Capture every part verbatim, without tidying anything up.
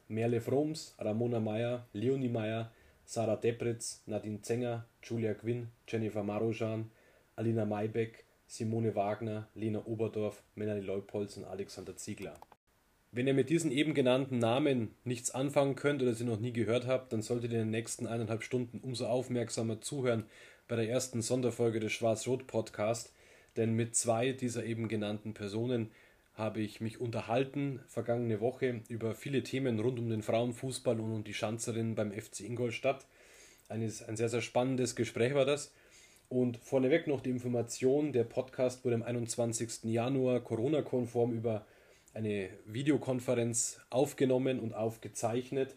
Merle Froms, Ramona Meyer, Leonie Meyer, Sarah Debritz, Nadine Zenger, Julia Quinn, Jennifer Marujan, Alina Maybeck, Simone Wagner, Lena Oberdorf, Melanie Leupolz und Alexander Ziegler. Wenn ihr mit diesen eben genannten Namen nichts anfangen könnt oder sie noch nie gehört habt, dann solltet ihr in den nächsten eineinhalb Stunden umso aufmerksamer zuhören bei der ersten Sonderfolge des Schwarz-Rot-Podcast, denn mit zwei dieser eben genannten Personen habe ich mich unterhalten vergangene Woche über viele Themen rund um den Frauenfußball und um die Schanzerinnen beim F C Ingolstadt. Ein, ein sehr, sehr spannendes Gespräch war das. Und vorneweg noch die Information, der Podcast wurde am einundzwanzigsten Januar Corona-konform über eine Videokonferenz aufgenommen und aufgezeichnet.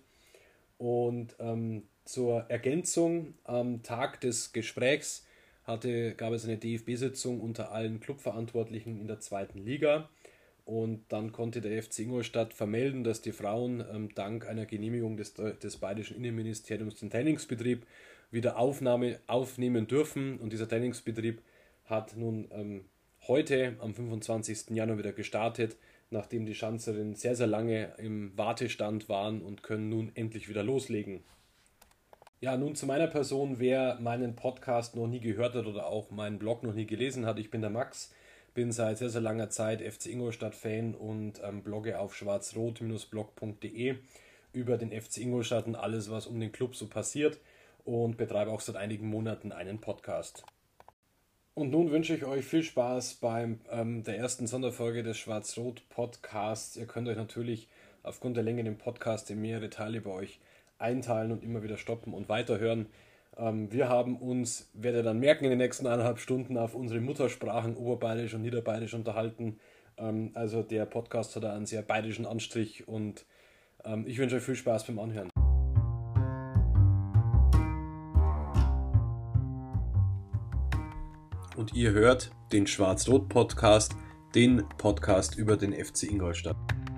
Und ähm, zur Ergänzung am Tag des Gesprächs hatte, gab es eine D F B-Sitzung unter allen Clubverantwortlichen in der zweiten Liga. Und dann konnte der F C Ingolstadt vermelden, dass die Frauen ähm, dank einer Genehmigung des, des Bayerischen Innenministeriums den Trainingsbetrieb wieder Aufnahme, aufnehmen dürfen. Und dieser Trainingsbetrieb hat nun ähm, heute am fünfundzwanzigsten Januar wieder gestartet, nachdem die Schanzerinnen sehr, sehr lange im Wartestand waren und können nun endlich wieder loslegen. Ja, nun zu meiner Person. Wer meinen Podcast noch nie gehört hat oder auch meinen Blog noch nie gelesen hat, ich bin der Max, bin seit sehr, sehr langer Zeit F C Ingolstadt-Fan und ähm, blogge auf schwarz-rot Blog punkt de über den F C Ingolstadt und alles, was um den Club so passiert, und betreibe auch seit einigen Monaten einen Podcast. Und nun wünsche ich euch viel Spaß beim ähm, der ersten Sonderfolge des Schwarz-Rot-Podcasts. Ihr könnt euch natürlich aufgrund der Länge den Podcast in mehrere Teile bei euch einteilen und immer wieder stoppen und weiterhören. Ähm, wir haben uns, werdet ihr dann merken, in den nächsten eineinhalb Stunden auf unsere Muttersprachen Oberbayerisch und Niederbayerisch unterhalten. Ähm, also der Podcast hat einen sehr bayerischen Anstrich und ähm, ich wünsche euch viel Spaß beim Anhören. Und ihr hört den Schwarz-Rot-Podcast, den Podcast über den F C Ingolstadt.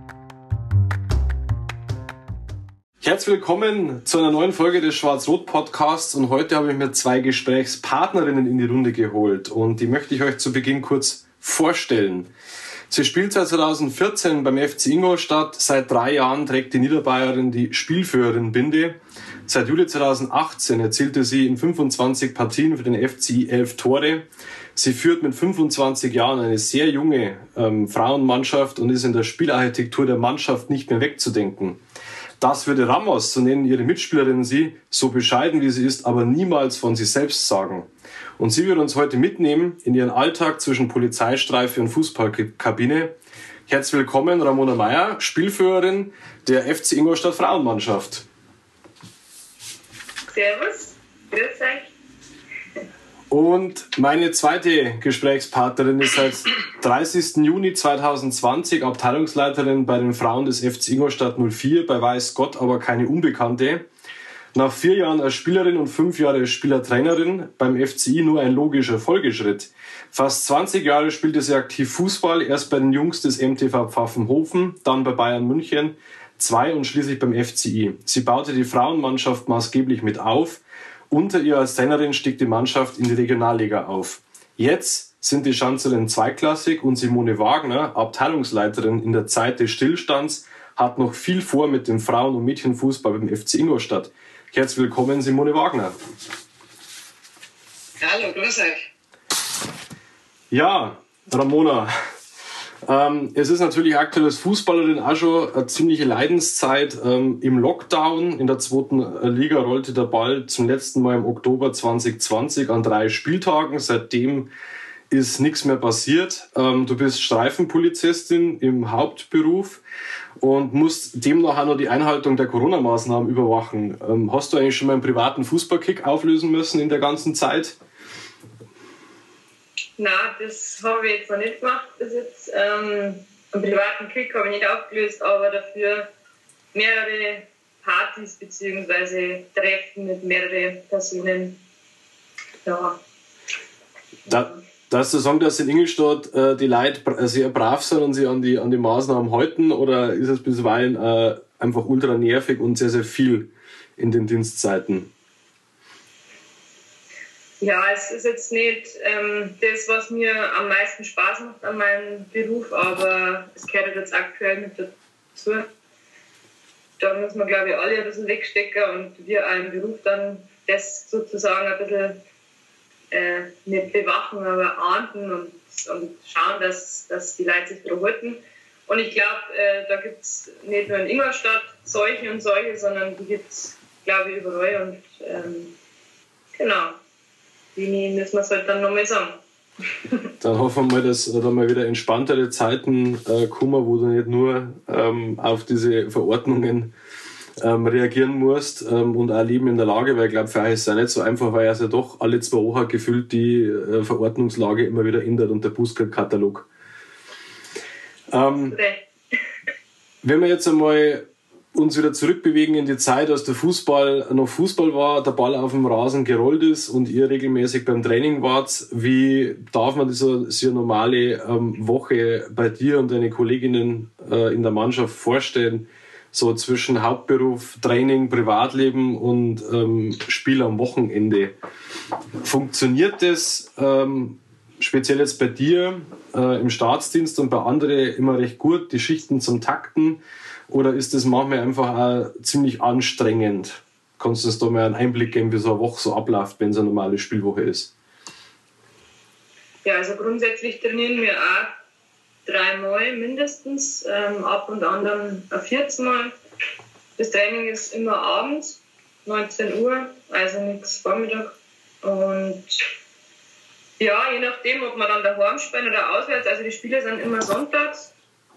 Herzlich willkommen zu einer neuen Folge des Schwarz-Rot-Podcasts, und heute habe ich mir zwei Gesprächspartnerinnen in die Runde geholt und die möchte ich euch zu Beginn kurz vorstellen. Sie spielt seit zweitausendvierzehn beim F C Ingolstadt, seit drei Jahren trägt die Niederbayerin die Spielführerin-Binde. Seit Juli zweitausendachtzehn erzielte sie in fünfundzwanzig Partien für den F C I elf Tore. Sie führt mit fünfundzwanzig Jahren eine sehr junge ähm, Frauenmannschaft und ist in der Spielarchitektur der Mannschaft nicht mehr wegzudenken. Das würde Ramos, so nennen ihre Mitspielerinnen sie, so bescheiden wie sie ist, aber niemals von sich selbst sagen. Und sie wird uns heute mitnehmen in ihren Alltag zwischen Polizeistreife und Fußballkabine. Herzlich willkommen, Ramona Meyer, Spielführerin der F C Ingolstadt Frauenmannschaft. Servus, grüß euch. Und meine zweite Gesprächspartnerin ist seit dreißigsten Juni zweitausendzwanzig Abteilungsleiterin bei den Frauen des F C Ingolstadt null vier, bei weiß Gott aber keine Unbekannte. Nach vier Jahren als Spielerin und fünf Jahre als Spielertrainerin beim F C I nur ein logischer Folgeschritt. Fast zwanzig Jahre spielte sie aktiv Fußball, erst bei den Jungs des M T V Pfaffenhofen, dann bei Bayern München, zwei und schließlich beim F C I. Sie baute die Frauenmannschaft maßgeblich mit auf. Unter ihr als Trainerin stieg die Mannschaft in die Regionalliga auf. Jetzt sind die Schanzerinnen zweiklassig und Simone Wagner, Abteilungsleiterin in der Zeit des Stillstands, hat noch viel vor mit dem Frauen- und Mädchenfußball beim F C Ingolstadt. Herzlich willkommen, Simone Wagner. Hallo, grüß euch. Ja, Ramona, ähm, es ist natürlich aktuell als Fußballerin auch schon eine ziemliche Leidenszeit. Ähm, Im Lockdown in der zweiten Liga rollte der Ball zum letzten Mal im Oktober zweitausendzwanzig an drei Spieltagen. Seitdem ist nichts mehr passiert. Ähm, du bist Streifenpolizistin im Hauptberuf und musst demnach auch noch die Einhaltung der Corona-Maßnahmen überwachen. Ähm, hast du eigentlich schon mal einen privaten Fußballkick auflösen müssen in der ganzen Zeit? Nein, das habe ich jetzt noch nicht gemacht bis jetzt. Ähm, einen privaten Kick habe ich nicht aufgelöst, aber dafür mehrere Partys bzw. Treffen mit mehreren Personen. Ja. Da, darfst du sagen, dass in Ingolstadt äh, die Leute sehr brav sind und sich an die, an die Maßnahmen halten, oder ist es bisweilen äh, einfach ultra nervig und sehr, sehr viel in den Dienstzeiten? Ja, es ist jetzt nicht ähm, das, was mir am meisten Spaß macht an meinem Beruf, aber es gehört jetzt aktuell mit dazu. da muss man, glaube ich, alle ein bisschen wegstecken und wir auch im Beruf dann das sozusagen ein bisschen äh, nicht bewachen, aber ahnden und, und schauen, dass, dass die Leute sich daran halten. Und ich glaube, äh, da gibt es nicht nur in Ingolstadt solche und solche, sondern die gibt es, glaube ich, überall. Und ähm, genau, die müssen wir es halt dann nochmal sagen. Dann hoffen wir mal, dass da mal wieder entspanntere Zeiten äh, kommen, wo du nicht nur ähm, auf diese Verordnungen ähm, reagieren musst ähm, und auch Leben in der Lage, weil ich glaube, für euch ist es auch nicht so einfach, weil es ja doch alle zwei Wochen gefühlt die äh, Verordnungslage immer wieder ändert und der Bußgeldkatalog. Ähm, wenn wir jetzt einmal uns wieder zurückbewegen in die Zeit, als der Fußball noch Fußball war, der Ball auf dem Rasen gerollt ist und ihr regelmäßig beim Training wart, wie darf man diese, diese normale ähm, Woche bei dir und deinen Kolleginnen äh, in der Mannschaft vorstellen? So zwischen Hauptberuf, Training, Privatleben und ähm, Spiel am Wochenende. Funktioniert das ähm, speziell jetzt bei dir äh, im Staatsdienst und bei anderen immer recht gut, die Schichten zum Takten? Oder ist das manchmal einfach auch ziemlich anstrengend? Kannst du uns da mal einen Einblick geben, wie so eine Woche so abläuft, wenn es eine normale Spielwoche ist? Ja, also grundsätzlich trainieren wir auch dreimal mindestens, ähm, ab und an dann ein vierzehn Mal. Das Training ist immer abends, neunzehn Uhr, also nichts Vormittag. Und ja, je nachdem, ob wir dann daheim spielen oder auswärts, also die Spiele sind immer sonntags,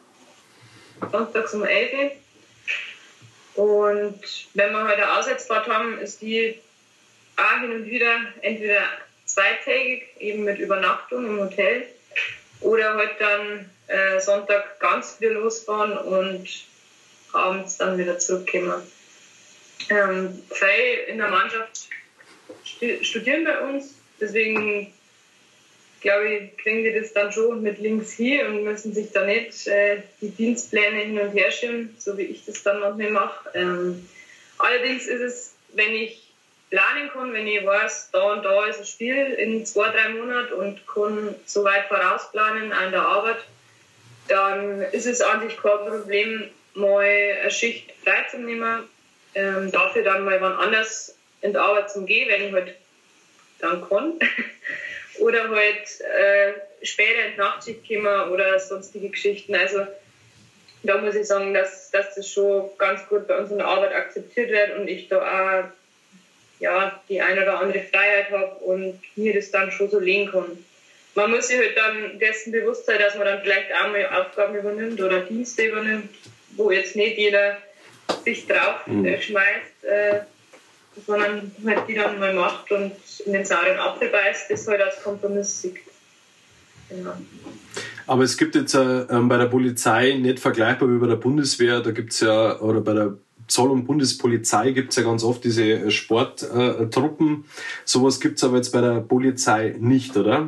sonntags um elf Uhr. Und wenn wir heute eine Auswärtsfahrt haben, ist die auch hin und wieder entweder zweitägig, eben mit Übernachtung im Hotel, oder halt dann äh, Sonntag ganz früh losfahren und abends dann wieder zurückkommen. Ähm, zwei in der Mannschaft studieren bei uns, deswegen glaube ich, kriegen die das dann schon mit links hin und müssen sich da nicht äh, die Dienstpläne hin und her schieben, so wie ich das dann manchmal mache. Ähm, allerdings ist es, wenn ich planen kann, wenn ich weiß, da und da ist ein Spiel in zwei, drei Monaten und kann so weit vorausplanen an der Arbeit, dann ist es an sich kein Problem, mal eine Schicht freizunehmen, ähm, dafür dann mal wann anders in die Arbeit zu gehen, wenn ich halt dann kann. Oder halt äh, später in die Nachtschicht kommen oder sonstige Geschichten. Also da muss ich sagen, dass, dass das schon ganz gut bei uns in der Arbeit akzeptiert wird und ich da auch ja, die eine oder andere Freiheit habe und mir das dann schon so legen kann. Man muss sich halt dann dessen bewusst sein, dass man dann vielleicht auch mal Aufgaben übernimmt oder Dienste übernimmt, wo jetzt nicht jeder sich drauf äh, schmeißt, äh, sondern halt die dann mal macht und in den sauren Apfel beißt, das halt als Kompromiss sieht. Genau. Aber es gibt jetzt äh, bei der Polizei nicht vergleichbar wie bei der Bundeswehr, da gibt es ja, oder bei der Zoll- und Bundespolizei gibt es ja ganz oft diese Sporttruppen. Äh, Sowas gibt es aber jetzt bei der Polizei nicht, oder?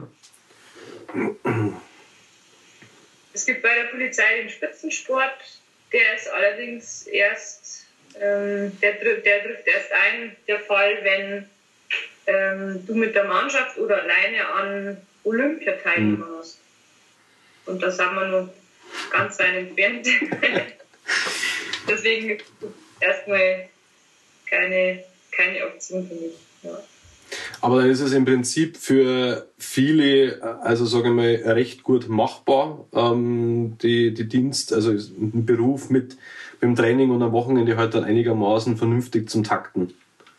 Es gibt bei der Polizei den Spitzensport, der ist allerdings erst, ähm, der, der trifft erst ein, der Fall, wenn ähm, du mit der Mannschaft oder alleine an Olympia teilnehmen hast. Und da sind wir noch ganz weit entfernt. Deswegen erstmal keine, keine Option für mich. Ja. Aber dann ist es im Prinzip für viele, also sage ich mal, recht gut machbar, ähm, die, die Dienst, also ein Beruf mit, mit dem Training und am Wochenende halt dann einigermaßen vernünftig zum Takten.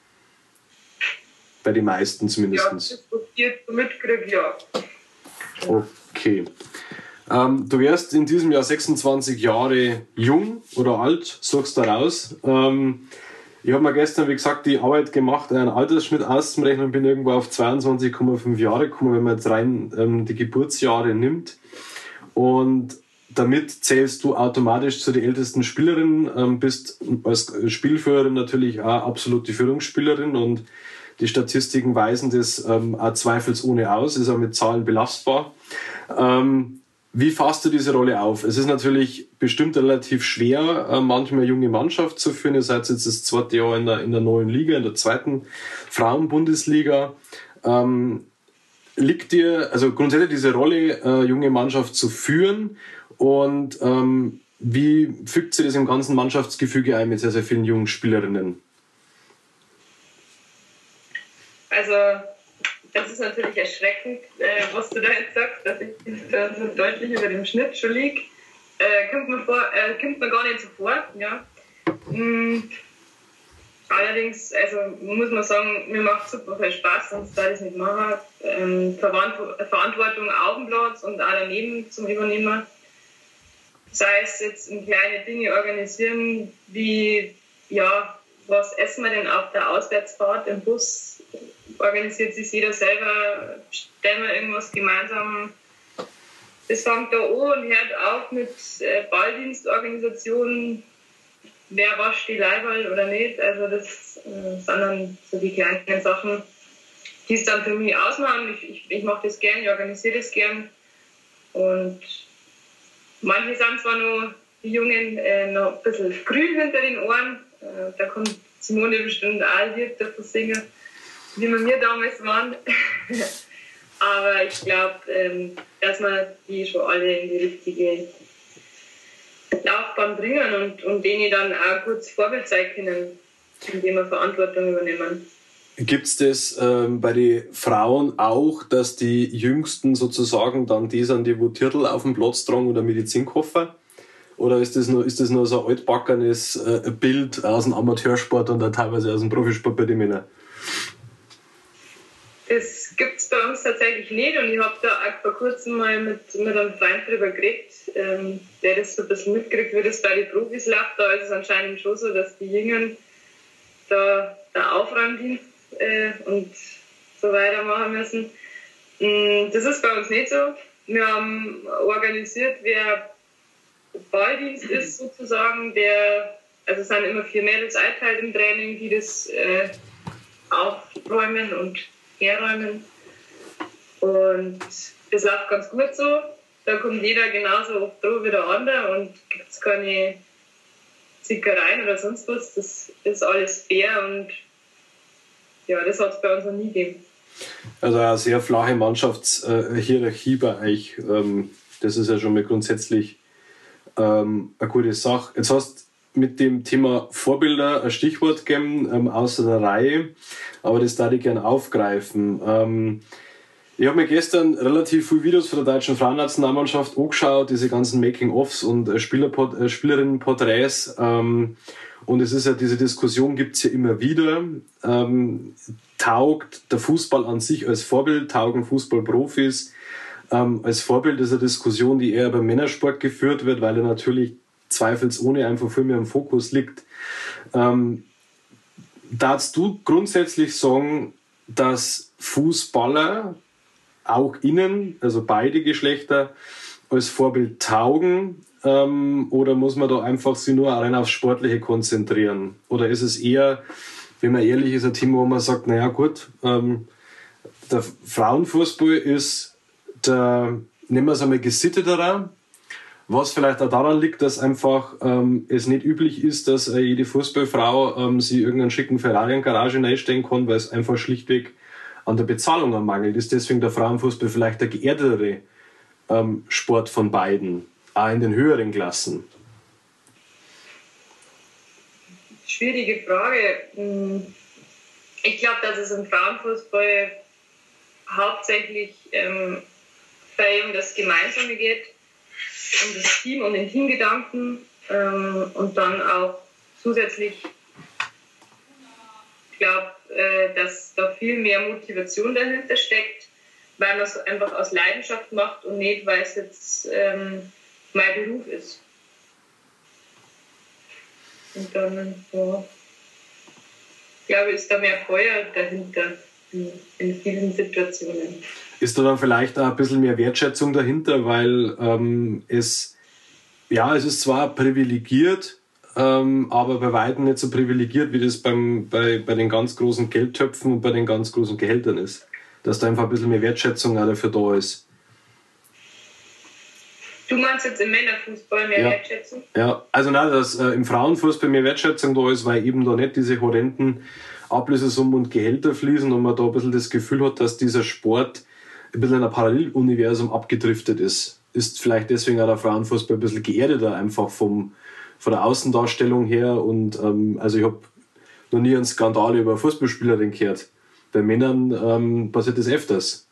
Bei den meisten zumindest. Ja, das passiert mitkriegt, ja. Okay. Ähm, du wärst in diesem Jahr sechsundzwanzig Jahre jung oder alt, sagst du raus. Ähm, ich habe mir gestern, wie gesagt, die Arbeit gemacht, einen Altersschnitt auszurechnen und bin irgendwo auf zweiundzwanzig Komma fünf Jahre gekommen, wenn man jetzt rein ähm, die Geburtsjahre nimmt. Und damit zählst du automatisch zu den ältesten Spielerinnen, ähm, bist als Spielführerin natürlich auch absolute Führungsspielerin und die Statistiken weisen das ähm, auch zweifelsohne aus, ist auch mit Zahlen belastbar. Ähm, Wie fasst du diese Rolle auf? Es ist natürlich bestimmt relativ schwer, äh, manchmal eine junge Mannschaft zu führen. Ihr seid jetzt das zweite Jahr in der, in der neuen Liga, in der zweiten Frauenbundesliga. Ähm, liegt dir, also grundsätzlich diese Rolle, äh, junge Mannschaft zu führen und ähm, wie fügt sich das im ganzen Mannschaftsgefüge ein mit sehr, sehr vielen jungen Spielerinnen? Also, das ist natürlich erschreckend, äh, was du da jetzt sagst, dass ich da so deutlich über dem Schnitt schon liege. Äh, kommt, mir vor, äh, kommt mir gar nicht so vor. Ja. Mhm. Allerdings, also muss man sagen, mir macht super viel Spaß, sonst da ich nicht machen. Ähm, Verantwortung auf dem Platz und auch daneben zum Übernehmen. Sei es jetzt in kleine Dinge organisieren, wie, ja, was essen wir denn auf der Auswärtsfahrt im Bus? Organisiert sich jeder selber, stellen wir irgendwas gemeinsam. Das fängt da an und hört auf mit äh, Balldienstorganisationen, wer wascht die Leihball oder nicht. Also das äh, sind dann so die kleinen Sachen, die es dann für mich ausmachen. Ich, ich, ich mache das gern, ich organisiere das gern. Und manche sind zwar noch, die Jungen, äh, noch ein bisschen grün hinter den Ohren. Äh, da kommt Simone bestimmt auch ein Lied davon singen, wie wir mir damals waren. Aber ich glaube, ähm, dass wir die schon alle in die richtige Laufbahn bringen und, und denen dann auch kurz Vorbild sein können, indem wir Verantwortung übernehmen. Gibt es das ähm, bei den Frauen auch, dass die Jüngsten sozusagen dann die sind, die wo Tirtel auf dem Platz tragen oder Medizinkoffer? Oder ist das nur, ist das nur so ein altbackenes äh, Bild aus dem Amateursport und dann teilweise aus dem Profisport bei den Männern? Das gibt es bei uns tatsächlich nicht und ich habe da auch vor kurzem mal mit, mit einem Freund drüber geredet, ähm, der das so ein bisschen mitkriegt, wie das bei den Profis läuft. Da ist es anscheinend schon so, dass die Jungen da der Aufräumdienst äh, und so weiter machen müssen. Das ist bei uns nicht so. Wir haben organisiert, wer Balldienst ist sozusagen, der, also es sind immer vier Mädels eingeteilt im Training, die das äh, aufräumen und herräumen. Und das läuft ganz gut so. Da kommt jeder genauso oft drauf wie der andere und gibt es keine Zickereien oder sonst was. Das ist alles fair und ja, das hat es bei uns noch nie gegeben. Also eine sehr flache Mannschaftshierarchie bei euch. Das ist ja schon mal grundsätzlich eine gute Sache. Jetzt hast du mit dem Thema Vorbilder ein Stichwort gegeben, ähm, außer der Reihe, aber das darf ich gerne aufgreifen. Ähm, ich habe mir gestern relativ viele Videos von der deutschen Frauennationalmannschaft angeschaut, diese ganzen Making-ofs und äh, Spielerport- äh, Spielerinnenporträts. Ähm, und es ist ja, diese Diskussion gibt es ja immer wieder. Ähm, taugt der Fußball an sich als Vorbild, taugen Fußballprofis ähm, als Vorbild? Das ist eine Diskussion, die eher beim Männersport geführt wird, weil er natürlich zweifelsohne einfach viel mehr im Fokus liegt. Ähm, darfst du grundsätzlich sagen, dass Fußballer auch innen, also beide Geschlechter, als Vorbild taugen? Ähm, oder muss man da einfach sich nur rein aufs Sportliche konzentrieren? Oder ist es eher, wenn man ehrlich ist, ein Thema, wo man sagt, naja gut, ähm, der Frauenfußball ist der, nehmen wir es einmal, gesitteterer, was vielleicht auch daran liegt, dass einfach ähm, es nicht üblich ist, dass äh, jede Fußballfrau ähm, sie irgendeinen schicken Ferrari in die Garage reinstellen kann, weil es einfach schlichtweg an der Bezahlung am mangelt. Ist deswegen der Frauenfußball vielleicht der geerdetere ähm, Sport von beiden, auch in den höheren Klassen? Schwierige Frage. Ich glaube, dass es im Frauenfußball hauptsächlich ähm, um das Gemeinsame geht, um das Team und den Teamgedanken ähm, und dann auch zusätzlich, ich glaube, äh, dass da viel mehr Motivation dahinter steckt, weil man es einfach aus Leidenschaft macht und nicht, weil es jetzt ähm, mein Beruf ist. Und dann, ja, ich glaube, ist da mehr Feuer dahinter in, in vielen Situationen. Ist da dann vielleicht auch ein bisschen mehr Wertschätzung dahinter, weil ähm, es, ja, es ist zwar privilegiert, ähm, aber bei weitem nicht so privilegiert, wie das beim, bei, bei den ganz großen Geldtöpfen und bei den ganz großen Gehältern ist. Dass da einfach ein bisschen mehr Wertschätzung auch dafür da ist. Du meinst jetzt im Männerfußball mehr ja. Wertschätzung? Ja, also nein, dass äh, im Frauenfußball mehr Wertschätzung da ist, weil eben da nicht diese horrenden Ablösesummen und Gehälter fließen und man da ein bisschen das Gefühl hat, dass dieser Sport ein bisschen in ein Paralleluniversum abgedriftet ist. ist vielleicht deswegen auch der Frauenfußball ein bisschen geerdeter, einfach vom, von der Außendarstellung her. Und ähm, also ich habe noch nie einen Skandal über eine Fußballspielerin gehört. Bei Männern ähm, passiert das öfters.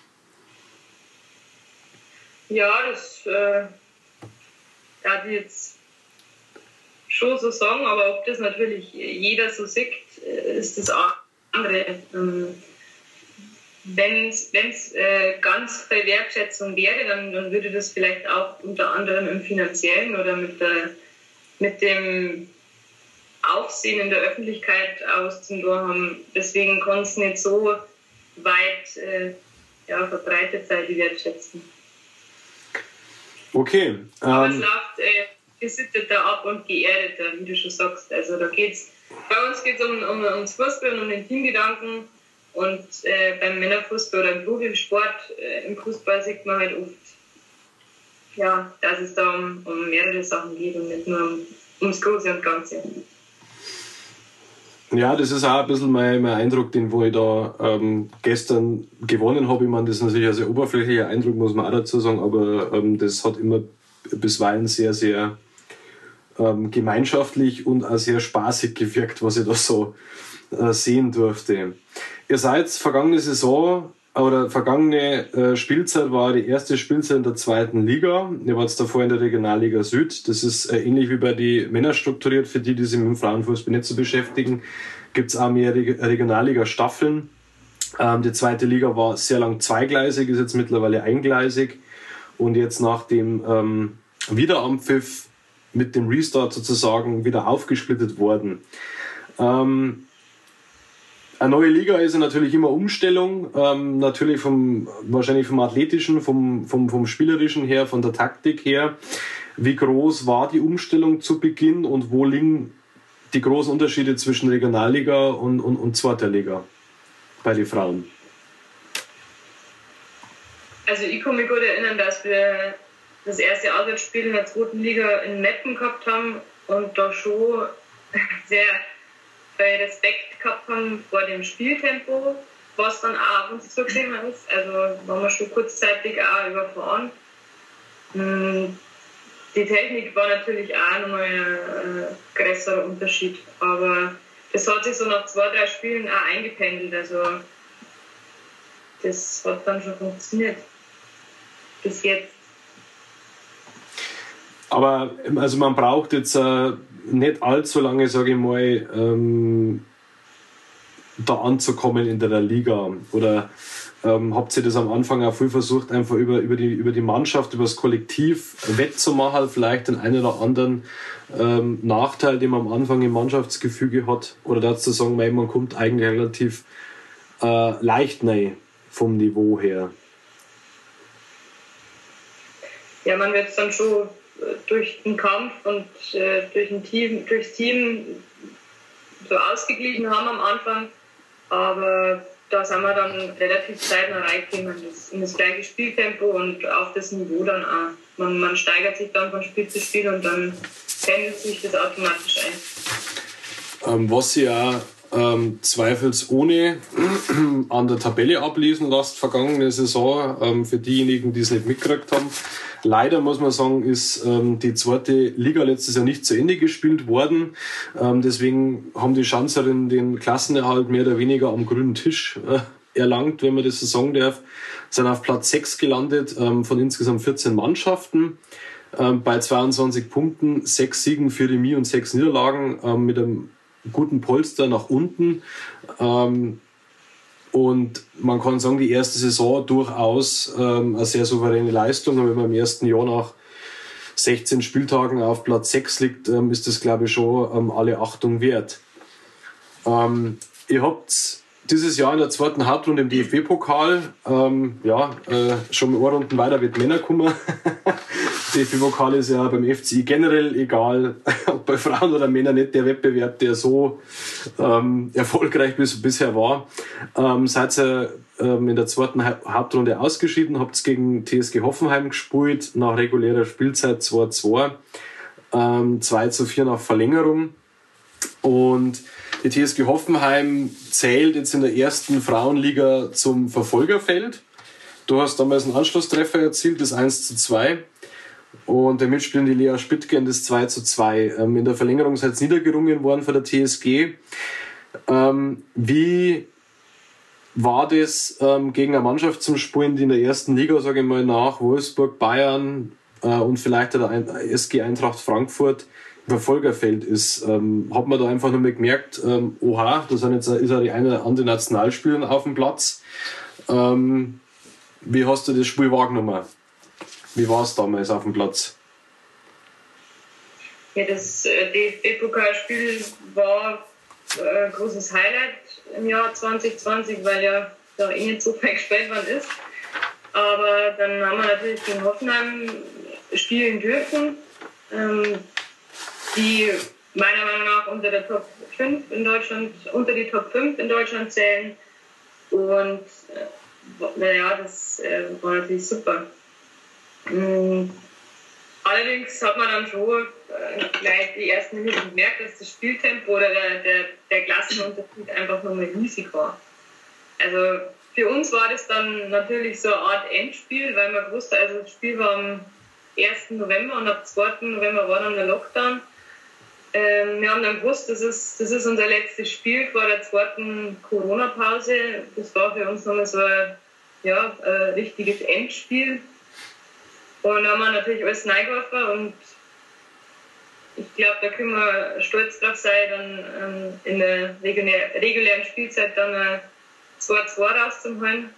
Ja, das äh, darf ich jetzt schon so sagen, aber ob das natürlich jeder so sieht, ist das andere. Ähm, Wenn es äh, ganz viel Wertschätzung wäre, dann, dann würde das vielleicht auch unter anderem im Finanziellen oder mit, der, mit dem Aufsehen in der Öffentlichkeit auszunehmen haben. Deswegen kann es nicht so weit äh, ja, verbreitet sein, die Wertschätzung. Okay. Ähm, Aber es läuft äh, gesitteter ab und geerdeter, wie du schon sagst. Also da geht's, bei uns geht es um, um, ums Fußball und um den Teamgedanken. Und äh, beim Männerfußball oder im Profisport, äh, im Fußball sieht man halt oft, ja, dass es da um, um mehrere Sachen geht und nicht nur um, ums Große und Ganze. Ja, das ist auch ein bisschen mein, mein Eindruck, den wo ich da ähm, gestern gewonnen habe. Ich meine, das ist natürlich ein sehr oberflächlicher Eindruck, muss man auch dazu sagen, aber ähm, das hat immer bisweilen sehr, sehr ähm, gemeinschaftlich und auch sehr spaßig gewirkt, was ich da so äh, sehen durfte. Ihr seid vergangene Saison oder vergangene äh, Spielzeit war die erste Spielzeit in der zweiten Liga. Ihr wart davor in der Regionalliga Süd. Das ist äh, ähnlich wie bei den Männern strukturiert. Für die, die sich mit dem Frauenfußball nicht so beschäftigen, gibt es auch mehr Re- Regionalliga-Staffeln. Ähm, die zweite Liga war sehr lang zweigleisig, ist jetzt mittlerweile eingleisig. Und jetzt nach dem ähm, Wiederanpfiff mit dem Restart sozusagen wieder aufgesplittet worden. Ähm, Eine neue Liga ist ja natürlich immer Umstellung, ähm, natürlich vom, wahrscheinlich vom Athletischen, vom, vom, vom Spielerischen her, von der Taktik her. Wie groß war die Umstellung zu Beginn und wo liegen die großen Unterschiede zwischen Regionalliga und, und, und zweiter Liga bei den Frauen? Also ich kann mich gut erinnern, dass wir das erste Auswärtsspiel in der zweiten Liga in Meppen gehabt haben und da schon sehr viel Respekt gehabt haben vor dem Spieltempo, was dann auch ab und zu zugekommen ist. Also waren wir schon kurzzeitig auch überfahren. Die Technik war natürlich auch nochmal ein größerer Unterschied, aber das hat sich so nach zwei, drei Spielen auch eingependelt. Also das hat dann schon funktioniert. Bis jetzt. Aber also man braucht jetzt äh, nicht allzu lange, sage ich mal, ähm, da anzukommen in der Liga. Oder ähm, habt ihr das am Anfang auch viel versucht, einfach über, über, die, über die Mannschaft, über das Kollektiv wettzumachen, vielleicht den einen oder anderen ähm, Nachteil, den man am Anfang im Mannschaftsgefüge hat? Oder dazu sagen, man kommt eigentlich relativ äh, leicht rein vom Niveau her? Ja, man wird es dann schon durch den Kampf und äh, durch ein Team, durchs Team so ausgeglichen haben am Anfang, aber da sind wir dann relativ zeitnah reingekommen in das gleiche Spieltempo und auf das Niveau dann auch. Man, man steigert sich dann von Spiel zu Spiel und dann pendelt sich das automatisch ein. Ähm, was sie ja ähm, zweifelsohne an der Tabelle ablesen lässt, vergangene Saison, ähm, für diejenigen, die es nicht mitgekriegt haben. Leider muss man sagen, ist ähm, die zweite Liga letztes Jahr nicht zu Ende gespielt worden. Ähm, deswegen haben die Schanzerinnen den Klassenerhalt mehr oder weniger am grünen Tisch äh, erlangt, wenn man das so sagen darf. Sind auf Platz sechs gelandet ähm, von insgesamt vierzehn Mannschaften. Ähm, bei zweiundzwanzig Punkten, sechs Siegen, vier Remis und sechs Niederlagen ähm, mit einem guten Polster nach unten. Ähm, und man kann sagen, die erste Saison durchaus ähm, eine sehr souveräne Leistung. Und wenn man im ersten Jahr nach sechzehn Spieltagen auf Platz sechs liegt, ähm, ist das, glaube ich, schon ähm, alle Achtung wert. Ähm, ihr habt dieses Jahr in der zweiten Hauptrunde im D F B-Pokal, ähm, ja, äh, schon eine Runden weiter wird Männer kommen. D F B-Pokal ist ja beim F C I generell egal, ob bei Frauen oder Männern, nicht der Wettbewerb, der so ähm, erfolgreich bis, bisher war. Ähm, seid ihr ähm, in der zweiten ha- Hauptrunde ausgeschieden, habt gegen T S G Hoffenheim gespielt, nach regulärer Spielzeit zwei zu zwei, ähm, zwei zu vier nach Verlängerung. Und die T S G Hoffenheim zählt jetzt in der ersten Frauenliga zum Verfolgerfeld. Du hast damals einen Anschlusstreffer erzielt, das eins zu zwei. Und der Mitspielerin, die Lea Spittgen, das zwei zu zwei. Ähm, in der Verlängerung seid ihr niedergerungen worden von der T S G. Ähm, wie war das ähm, gegen eine Mannschaft zum Spielen, die in der ersten Liga, sage ich mal, nach Wolfsburg, Bayern äh, und vielleicht der S G Eintracht Frankfurt im Verfolgerfeld ist? Ähm, hat man da einfach nur mal gemerkt, ähm, oha, da sind jetzt, ist ja die eine oder andere Nationalspielerin auf dem Platz. Ähm, wie hast du das Spiel wahrgenommen? Wie war es damals auf dem Platz? Ja, das äh, D F B-Pokalspiel war äh, ein großes Highlight im Jahr zwanzig zwanzig, weil ja da eh nicht so viel gespielt worden ist. Aber dann haben wir natürlich gegen Hoffenheim spielen dürfen, ähm, die meiner Meinung nach unter der Top fünf in Deutschland, unter die Top fünf in Deutschland zählen. Und äh, naja, das äh, war natürlich super. Ähm, allerdings hat man dann schon äh, gleich die ersten Minuten gemerkt, dass das Spieltempo oder der, der, der Klassenunterschied einfach nochmal riesig war. Also für uns war das dann natürlich so eine Art Endspiel, weil man wusste, also das Spiel war am ersten November und ab zweiten November war dann der Lockdown. Ähm, wir haben dann gewusst, das ist, das ist unser letztes Spiel vor der zweiten Corona-Pause. Das war für uns nochmal so ein, ja, ein richtiges Endspiel. Und da haben wir natürlich alles reingeworfen und ich glaube, da können wir stolz drauf sein, dann ähm, in der regulären Spielzeit dann ein zwei zwei rauszuholen.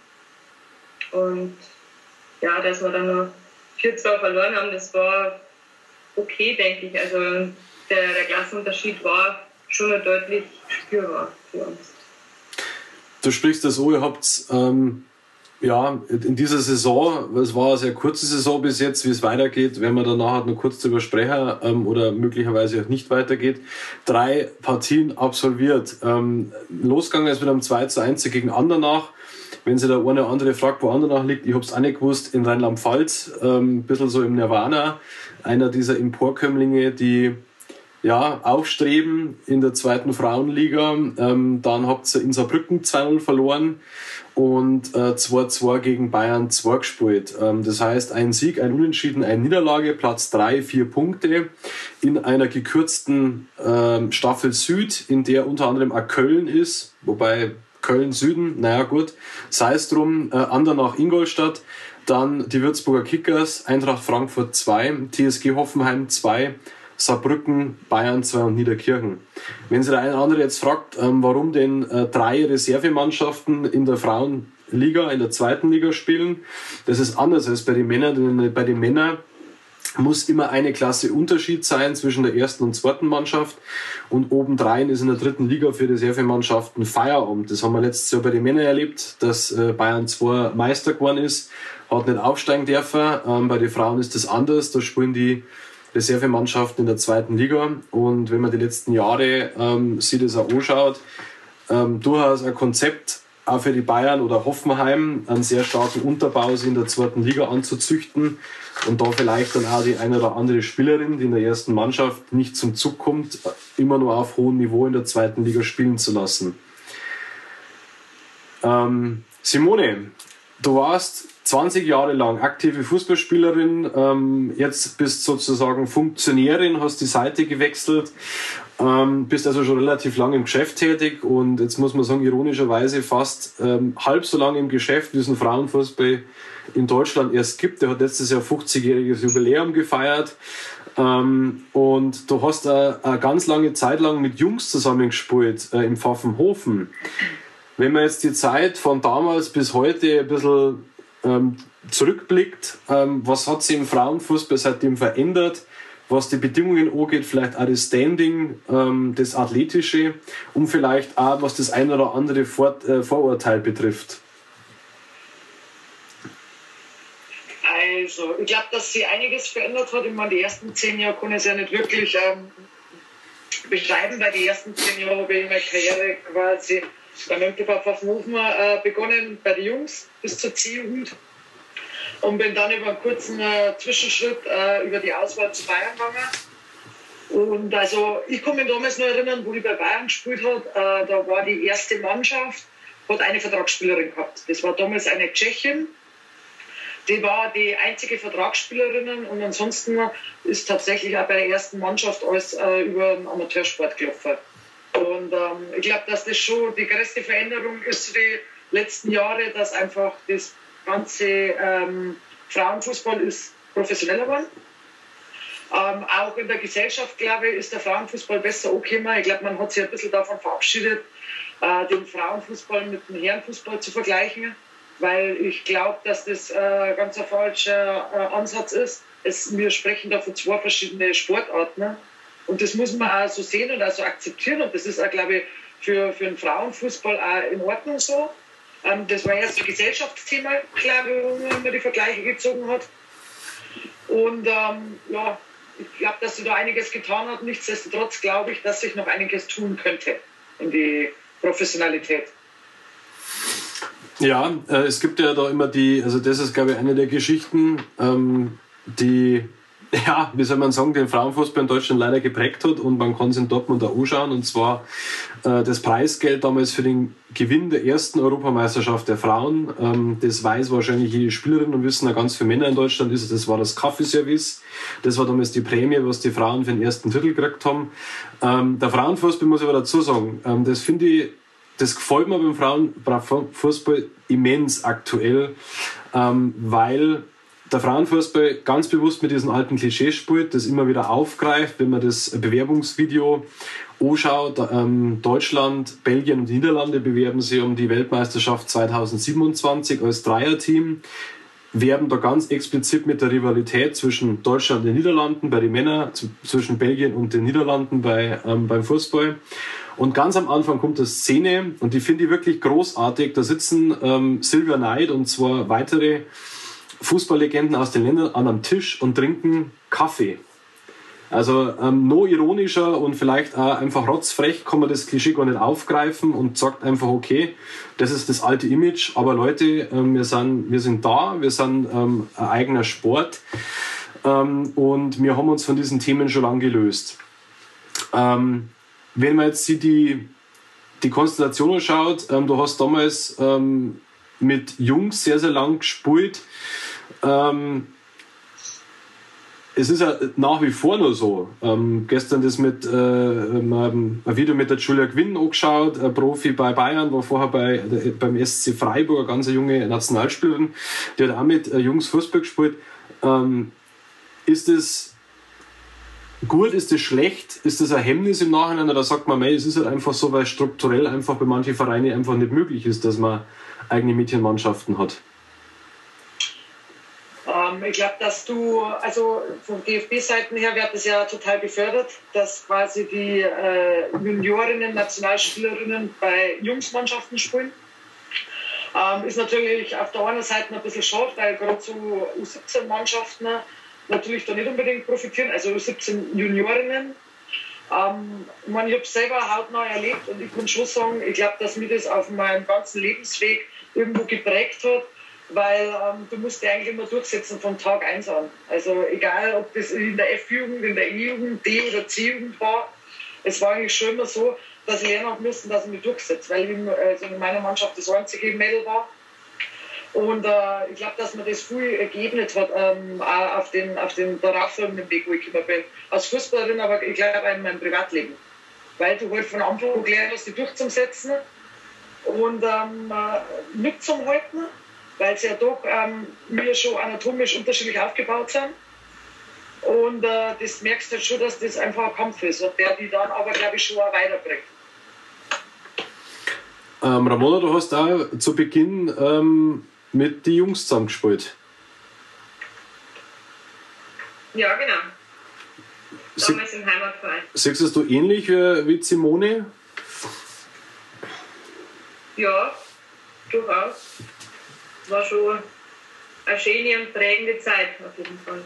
Und ja, dass wir dann noch vier zwei verloren haben, das war okay, denke ich. Also der, der Klassenunterschied war schon noch deutlich spürbar für uns. Du sprichst das so, ihr habt ähm, ja, in dieser Saison, es war eine sehr kurze Saison bis jetzt, wie es weitergeht, werden wir dann nachher noch kurz drüber sprechen ähm, oder möglicherweise auch nicht weitergeht, drei Partien absolviert. Ähm, losgegangen ist mit einem zwei zu eins gegen Andernach. Wenn sich der eine oder andere fragt, wo Andernach liegt, ich habe es auch nicht gewusst, in Rheinland-Pfalz, ähm, ein bisschen so im Nirvana, einer dieser Emporkömmlinge, die ja, aufstreben in der zweiten Frauenliga. Ähm, dann habt ihr in Saarbrücken zwei null verloren und äh, zwei zwei gegen Bayern zwei gespielt. Ähm, das heißt, ein Sieg, ein Unentschieden, eine Niederlage, Platz drei, vier Punkte in einer gekürzten ähm, Staffel Süd, in der unter anderem auch Köln ist, wobei Köln Süden, naja gut, sei es drum, äh, Andernach Ingolstadt, dann die Würzburger Kickers, Eintracht Frankfurt zwei, T S G Hoffenheim zwei, Saarbrücken, Bayern zwei und Niederkirchen. Wenn sich der eine oder andere jetzt fragt, ähm, warum denn äh, drei Reservemannschaften in der Frauenliga, in der zweiten Liga spielen, das ist anders als bei den Männern, denn bei den Männern muss immer eine Klasse Unterschied sein zwischen der ersten und zweiten Mannschaft und obendrein ist in der dritten Liga für Reservemannschaften Feierabend. Das haben wir letztes Jahr bei den Männern erlebt, dass äh, Bayern zwei Meister geworden ist, hat nicht aufsteigen dürfen. Ähm, bei den Frauen ist das anders, da spielen die Reservemannschaften in der zweiten Liga und wenn man die letzten Jahre ähm, sich das auch anschaut, ähm, durchaus ein Konzept auch für die Bayern oder Hoffenheim, einen sehr starken Unterbau in der zweiten Liga anzuzüchten und da vielleicht dann auch die eine oder andere Spielerin, die in der ersten Mannschaft nicht zum Zug kommt, immer nur auf hohem Niveau in der zweiten Liga spielen zu lassen. Ähm, Simone, du warst zwanzig Jahre lang aktive Fußballspielerin, ähm, jetzt bist sozusagen Funktionärin, hast die Seite gewechselt, ähm, bist also schon relativ lang im Geschäft tätig und jetzt muss man sagen, ironischerweise fast ähm, halb so lange im Geschäft, wie es einen Frauenfußball in Deutschland erst gibt. Der hat letztes Jahr fünfzigjähriges Jubiläum gefeiert ähm, und du hast eine, eine ganz lange Zeit lang mit Jungs zusammengespielt äh, im Pfaffenhofen. Wenn man jetzt die Zeit von damals bis heute ein bisschen ähm, zurückblickt, ähm, was hat sich im Frauenfußball seitdem verändert, was die Bedingungen angeht, vielleicht auch das Standing, ähm, das Athletische und vielleicht auch, was das ein oder andere Vor- äh, Vorurteil betrifft? Also, ich glaube, dass sich einiges verändert hat. Ich meine, die ersten zehn Jahre kann ich es ja nicht wirklich ähm, beschreiben, weil die ersten zehn Jahre habe ich meine Karriere quasi beim M T V Pfaffenhofen äh, begonnen, bei den Jungs bis zur C-Jugend und bin dann über einen kurzen äh, Zwischenschritt äh, über die Auswahl zu Bayern gegangen. Und also ich kann mich damals noch erinnern, wo ich bei Bayern gespielt habe, äh, da war die erste Mannschaft, hat eine Vertragsspielerin gehabt. Das war damals eine Tschechin Die war die einzige Vertragsspielerin und ansonsten ist tatsächlich auch bei der ersten Mannschaft alles äh, über den Amateursport gelaufen. Und ähm, ich glaube, dass das schon die größte Veränderung ist die letzten Jahre, dass einfach das ganze ähm, Frauenfußball ist professioneller geworden. Ähm, auch in der Gesellschaft, glaube ich, ist der Frauenfußball besser angekommen. Ich glaube, man hat sich ein bisschen davon verabschiedet, äh, den Frauenfußball mit dem Herrenfußball zu vergleichen, weil ich glaube, dass das äh, ganz ein falscher äh, Ansatz ist. Es, wir sprechen da von zwei verschiedenen Sportarten, ne? Und das muss man auch so sehen und auch so akzeptieren. Und das ist auch, glaube ich, für, für den Frauenfußball auch in Ordnung so. Ähm, das war erst ein Gesellschaftsthema, glaube ich, wo man die Vergleiche gezogen hat. Und ähm, ja, ich glaube, dass sie da einiges getan hat. Nichtsdestotrotz glaube ich, dass sich noch einiges tun könnte in die Professionalität. Ja, äh, es gibt ja da immer die, also das ist, glaube ich, eine der Geschichten, ähm, die, ja, wie soll man sagen, den Frauenfußball in Deutschland leider geprägt hat, und man kann es in Dortmund auch anschauen, und zwar äh, das Preisgeld damals für den Gewinn der ersten Europameisterschaft der Frauen. Ähm, das weiß wahrscheinlich jede Spielerin und wissen auch ganz viele Männer in Deutschland, ist, das war das Kaffeeservice. Das war damals die Prämie, was die Frauen für den ersten Titel gekriegt haben. Ähm, der Frauenfußball, muss ich aber dazu sagen, ähm, das finde ich, das gefällt mir beim Frauenfußball immens aktuell, ähm, weil der Frauenfußball ganz bewusst mit diesen alten Klischees spielt, das immer wieder aufgreift, wenn man das Bewerbungsvideo anschaut. Ähm, Deutschland, Belgien und Niederlande bewerben sich um die Weltmeisterschaft zweitausendsiebenundzwanzig als Dreierteam, werben da ganz explizit mit der Rivalität zwischen Deutschland und den Niederlanden bei den Männern, zwischen Belgien und den Niederlanden bei, ähm, beim Fußball. Und ganz am Anfang kommt eine Szene, und die finde ich wirklich großartig. Da sitzen ähm, Silvia Neid und zwei weitere Fußballlegenden aus den Ländern an einem Tisch und trinken Kaffee. Also ähm, no ironischer und vielleicht auch einfach rotzfrech kann man das Klischee gar nicht aufgreifen und sagt einfach, okay, das ist das alte Image, aber Leute, ähm, wir, sind, wir sind da, wir sind ähm, ein eigener Sport, ähm, und wir haben uns von diesen Themen schon lange gelöst. Ähm, wenn man jetzt die, die Konstellation anschaut, ähm, du hast damals ähm, mit Jungs sehr, sehr lang gespielt. Ähm, es ist ja nach wie vor nur so. Ähm, gestern das mit äh, ein Video mit der Julia Gwynn angeschaut, ein Profi bei Bayern, war vorher bei, beim S C Freiburg, eine ganz junge Nationalspielerin, die hat auch mit äh, Jungs Fußball gespielt. Ähm, ist das gut, ist das schlecht, ist das ein Hemmnis im Nachhinein, oder sagt man, mei, es ist halt einfach so, weil strukturell einfach bei manchen Vereinen einfach nicht möglich ist, dass man eigene Mädchenmannschaften hat? Ähm, ich glaube, dass du, also von D F B-Seiten her wird das ja total gefördert, dass quasi die äh, Juniorinnen, Nationalspielerinnen bei Jungsmannschaften spielen. Ähm, ist natürlich auf der einen Seite ein bisschen schade, weil gerade so U siebzehn-Mannschaften natürlich da nicht unbedingt profitieren, also U siebzehn Juniorinnen. Ähm, ich meine, ich habe es selber hautnah erlebt, und ich kann schon sagen, ich glaube, dass mir das auf meinem ganzen Lebensweg irgendwo geprägt hat, weil ähm, du musst dich eigentlich immer durchsetzen von Tag eins an. Also egal, ob das in der F-Jugend, in der E-Jugend, D- oder C-Jugend war, es war eigentlich schon immer so, dass ich lernen habe müssen, dass ich mich durchsetze, weil ich also in meiner Mannschaft das einzige Mädel war. Und äh, ich glaube, dass mir das viel geebnet hat, ähm, auch auf den, auf den darauffolgenden Weg, wo ich gekommen bin. Als Fußballerin, aber ich glaube auch in meinem Privatleben. Weil du halt von Anfang an gelernt hast, dich durchzusetzen und ähm, mitzuhalten, weil sie ja doch ähm, wir schon anatomisch unterschiedlich aufgebaut sind. Und äh, das merkst du halt schon, dass das einfach ein Kampf ist, und der die dann aber, glaube ich, schon auch weiterbringt. Ähm, Ramona, du hast auch zu Beginn ähm, mit den Jungs zusammengespielt. Ja, genau. Damals im Heimatverein. Siehst du ähnlich wie, wie Simone? Ja, durchaus. War schon eine schöne und prägende Zeit auf jeden Fall.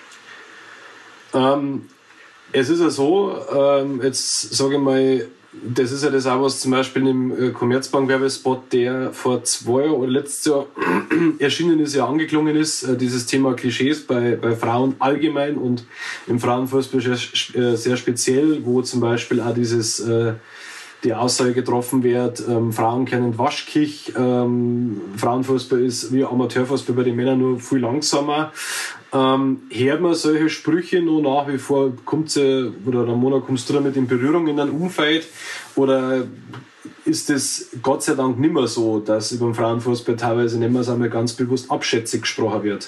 Ähm, es ist ja so, ähm, jetzt sage ich mal, das ist ja das auch, was zum Beispiel im Commerzbank-Werbespot, der vor zwei Jahren oder letztes Jahr erschienen ist, ja angeklungen ist, dieses Thema Klischees bei, bei Frauen allgemein und im Frauenfußball sehr, sehr speziell, wo zum Beispiel auch dieses, die Aussage getroffen wird, ähm, Frauen kennen Waschkich, ähm, Frauenfußball ist wie Amateurfußball bei den Männern nur viel langsamer. Ähm, hört man solche Sprüche noch nach wie vor? Kommt sie, oder Ramona, kommst du damit in Berührung in einem Umfeld? Oder ist es Gott sei Dank nicht mehr so, dass über den Frauenfußball teilweise nicht mehr so einmal ganz bewusst abschätzig gesprochen wird?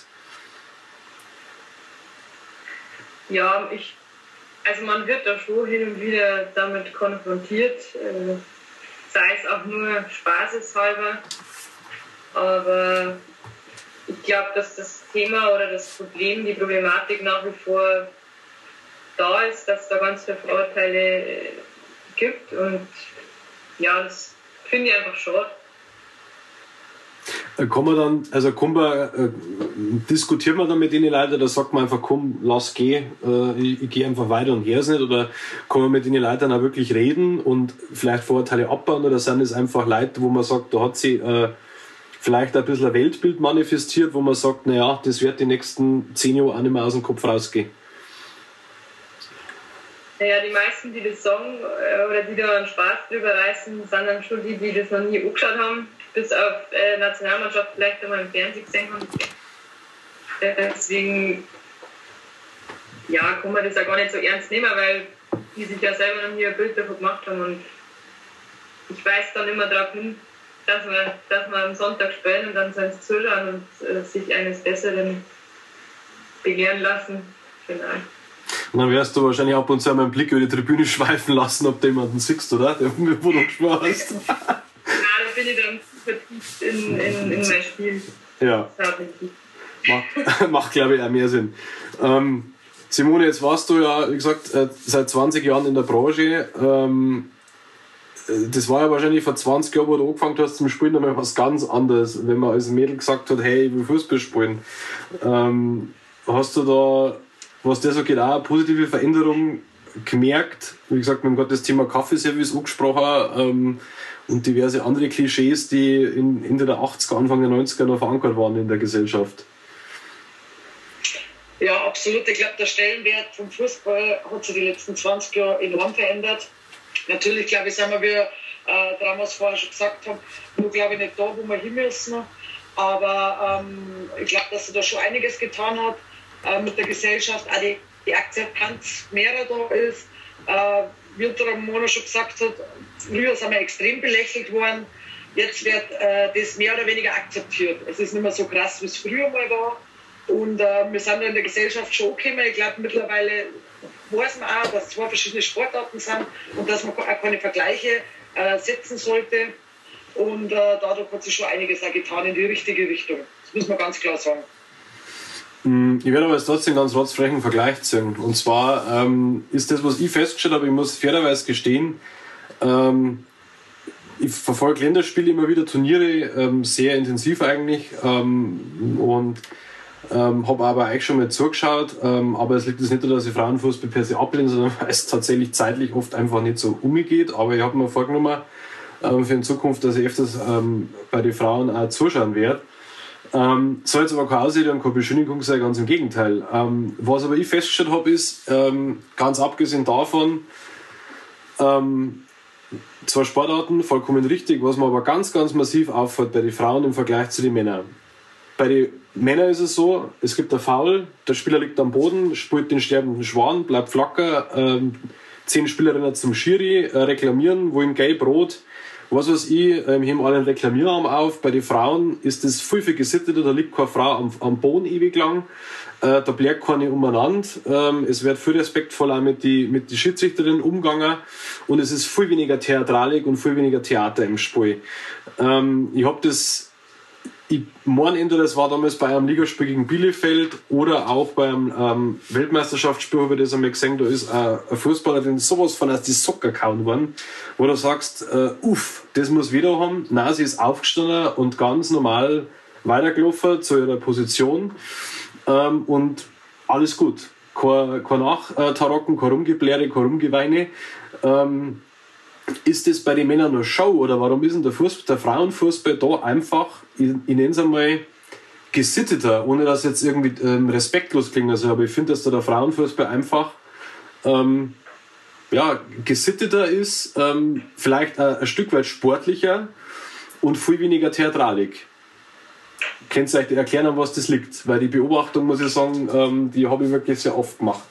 Ja, ich, also man wird da schon hin und wieder damit konfrontiert, äh, sei es auch nur spaßeshalber, aber ich glaube, dass das Thema oder das Problem, die Problematik nach wie vor da ist, dass es da ganz viele Vorurteile äh, gibt und ja, das finde ich einfach schade. Kann man dann, also kann man, äh, diskutiert man dann mit denen Leuten, oder sagt man einfach, komm, lass gehen, äh, ich, ich gehe einfach weiter und her es nicht, oder kann man mit den Leuten auch wirklich reden und vielleicht Vorurteile abbauen, oder sind es einfach Leute, wo man sagt, da hat sie äh, vielleicht ein bisschen ein Weltbild manifestiert, wo man sagt, naja, das wird die nächsten zehn Jahre auch nicht mehr aus dem Kopf rausgehen? Naja, die meisten, die das sagen oder die da einen Spaß drüber reißen, sind dann schon die, die das noch nie angeschaut haben, bis auf äh, Nationalmannschaft vielleicht einmal im Fernsehen gesehen haben. Deswegen ja, kann man das auch gar nicht so ernst nehmen, weil die sich ja selber noch nie ein Bild davon gemacht haben. Und ich weise dann immer darauf hin, dass wir, dass wir am Sonntag spielen und dann sollen sie zuschauen und äh, sich eines Besseren belehren lassen. Genau. Und dann wirst du wahrscheinlich ab und zu einmal einen Blick über die Tribüne schweifen lassen, ob du jemanden siehst, oder? Der wo du gesprochen hast. Ja, da bin ich dann vertieft in, in, in mein Spiel. Ja. Macht, macht glaube ich, auch mehr Sinn. Ähm, Simone, jetzt warst du ja, wie gesagt, seit zwanzig Jahren in der Branche. Ähm, das war ja wahrscheinlich vor zwanzig Jahren, wo du angefangen hast zum Spielen, nochmal was ganz anderes, wenn man als Mädel gesagt hat, hey, ich will Fußball spielen. Ähm, hast du da, was das so geht, auch eine positive Veränderung gemerkt? Wie gesagt, wir haben gerade das Thema Kaffeeservice angesprochen ähm, und diverse andere Klischees, die in Ende der achtziger, Anfang der neunziger noch verankert waren in der Gesellschaft. Ja, absolut. Ich glaube, der Stellenwert vom Fußball hat sich die letzten zwanzig Jahre enorm verändert. Natürlich, glaube ich, sind wir, wie äh, damals vorher schon gesagt haben, nur glaube ich nicht da, wo wir hin müssen. Aber ähm, ich glaube, dass sich da schon einiges getan hat äh, mit der Gesellschaft, auch die, die Akzeptanz mehrer da ist. Äh, wie der Ramona schon gesagt hat, früher sind wir extrem belächelt worden. Jetzt wird äh, das mehr oder weniger akzeptiert. Es ist nicht mehr so krass, wie es früher mal war. Und äh, wir sind da in der Gesellschaft schon angekommen. Ich glaube, mittlerweile weiß man auch, dass zwei verschiedene Sportarten sind und dass man auch keine Vergleiche äh, setzen sollte. Und äh, dadurch hat sich schon einiges auch getan in die richtige Richtung. Das muss man ganz klar sagen. Ich werde aber jetzt trotzdem ganz rotzfrechen Vergleich ziehen. Und zwar ähm, ist das, was ich festgestellt habe, ich muss fairerweise gestehen, ähm, ich verfolge Länderspiele immer wieder, Turniere, ähm, sehr intensiv eigentlich. Ähm, und Ähm, habe aber eigentlich schon mal zugeschaut, ähm, aber es liegt jetzt nicht daran, dass ich Frauenfußball per se ablehne, sondern weil es tatsächlich zeitlich oft einfach nicht so umgeht. Aber ich habe mir vorgenommen ähm, für in Zukunft, dass ich öfters ähm, bei den Frauen auch zuschauen werde. Ähm, soll jetzt aber keine Ausrede und keine Beschönigung sein, ganz im Gegenteil. Ähm, was aber ich festgestellt habe, ist, ähm, ganz abgesehen davon, ähm, zwei Sportarten, vollkommen richtig, was mir aber ganz, ganz massiv auffällt bei den Frauen im Vergleich zu den Männern. Bei den Männern ist es so, es gibt einen Foul, der Spieler liegt am Boden, spielt den sterbenden Schwan, bleibt flacker, ähm, zehn Spielerinnen zum Schiri, äh, reklamieren, wollen gelb, rot, was weiß ich, ähm, heben alle einen Reklamierarm auf. Bei den Frauen ist das viel, viel gesitteter, da liegt keine Frau am, am Boden ewig lang, äh, da bleibt keine umeinander, ähm, es wird viel respektvoll auch mit den mit die Schiedsrichterinnen umgegangen und es ist viel weniger Theatralik und viel weniger Theater im Spiel. Ähm, ich habe das Ich meine, entweder das war damals bei einem Ligaspiel gegen Bielefeld oder auch beim ähm, Weltmeisterschaftsspiel, habe ich das einmal gesehen, da ist äh, ein Fußballer, den sowas von aus die Socken gehauen worden, wo du sagst, äh, uff, das muss wieder haben. Nein, sie ist aufgestanden und ganz normal weitergelaufen zu ihrer Position ähm, und alles gut. Kein, kein Nachtarocken, kein Rumgebläre, kein Rumgeweine. Ähm, Ist das bei den Männern nur Show oder warum ist denn der, Fußball, der Frauenfußball da einfach, ich, ich nenne es einmal, gesitteter, ohne dass jetzt irgendwie ähm, respektlos klingt. Also, aber ich finde, dass da der Frauenfußball einfach ähm, ja, gesitteter ist, ähm, vielleicht ein, ein Stück weit sportlicher und viel weniger Theatralik. Könnt ihr euch erklären, an was das liegt? Weil die Beobachtung, muss ich sagen, ähm, die habe ich wirklich sehr oft gemacht.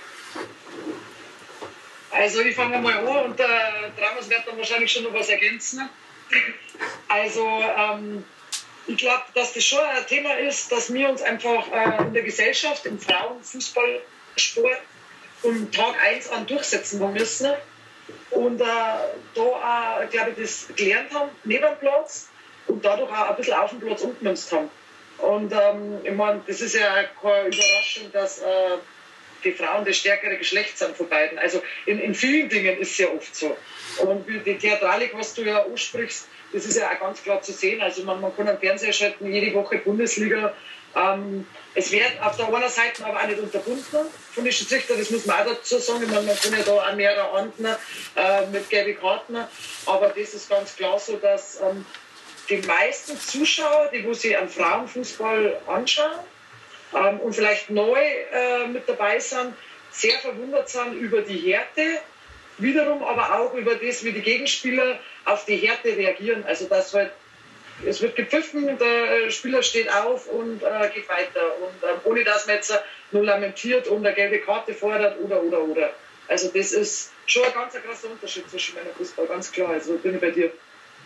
Also ich fange mal an und der Dramas wird dann wahrscheinlich schon noch was ergänzen. Also ähm, ich glaube, dass das schon ein Thema ist, dass wir uns einfach äh, in der Gesellschaft, im Frauenfußballsport von Tag eins an durchsetzen müssen. Und äh, da auch, glaube ich, das gelernt haben, neben dem Platz und dadurch auch ein bisschen auf dem Platz umgemünzt haben. Und ähm, ich meine, das ist ja keine Überraschung, dass äh, die Frauen das stärkere Geschlecht sind von beiden. Also in, in vielen Dingen ist es ja oft so. Und die Theatralik, was du ja ansprichst, das ist ja auch ganz klar zu sehen. Also man, man kann am Fernseher schalten, jede Woche Bundesliga. Ähm, es wird auf der einen Seite aber auch nicht unterbunden von den Schiedsrichtern, das muss man auch dazu sagen. Ich meine, man kann ja da auch mehrere Anden äh, mit gelben Karten. Aber das ist ganz klar so, dass ähm, die meisten Zuschauer, die wo sich einen Frauenfußball anschauen ähm, und vielleicht neu äh, mit dabei sind, sehr verwundert sind über die Härte, wiederum aber auch über das, wie die Gegenspieler auf die Härte reagieren. Also dass halt, es wird gepfiffen, der Spieler steht auf und äh, geht weiter. Und äh, ohne dass man jetzt äh, nur lamentiert und eine gelbe Karte fordert oder, oder, oder. Also das ist schon ein ganz krasser Unterschied zwischen Männer und Fußball, ganz klar. Also bin ich bei dir.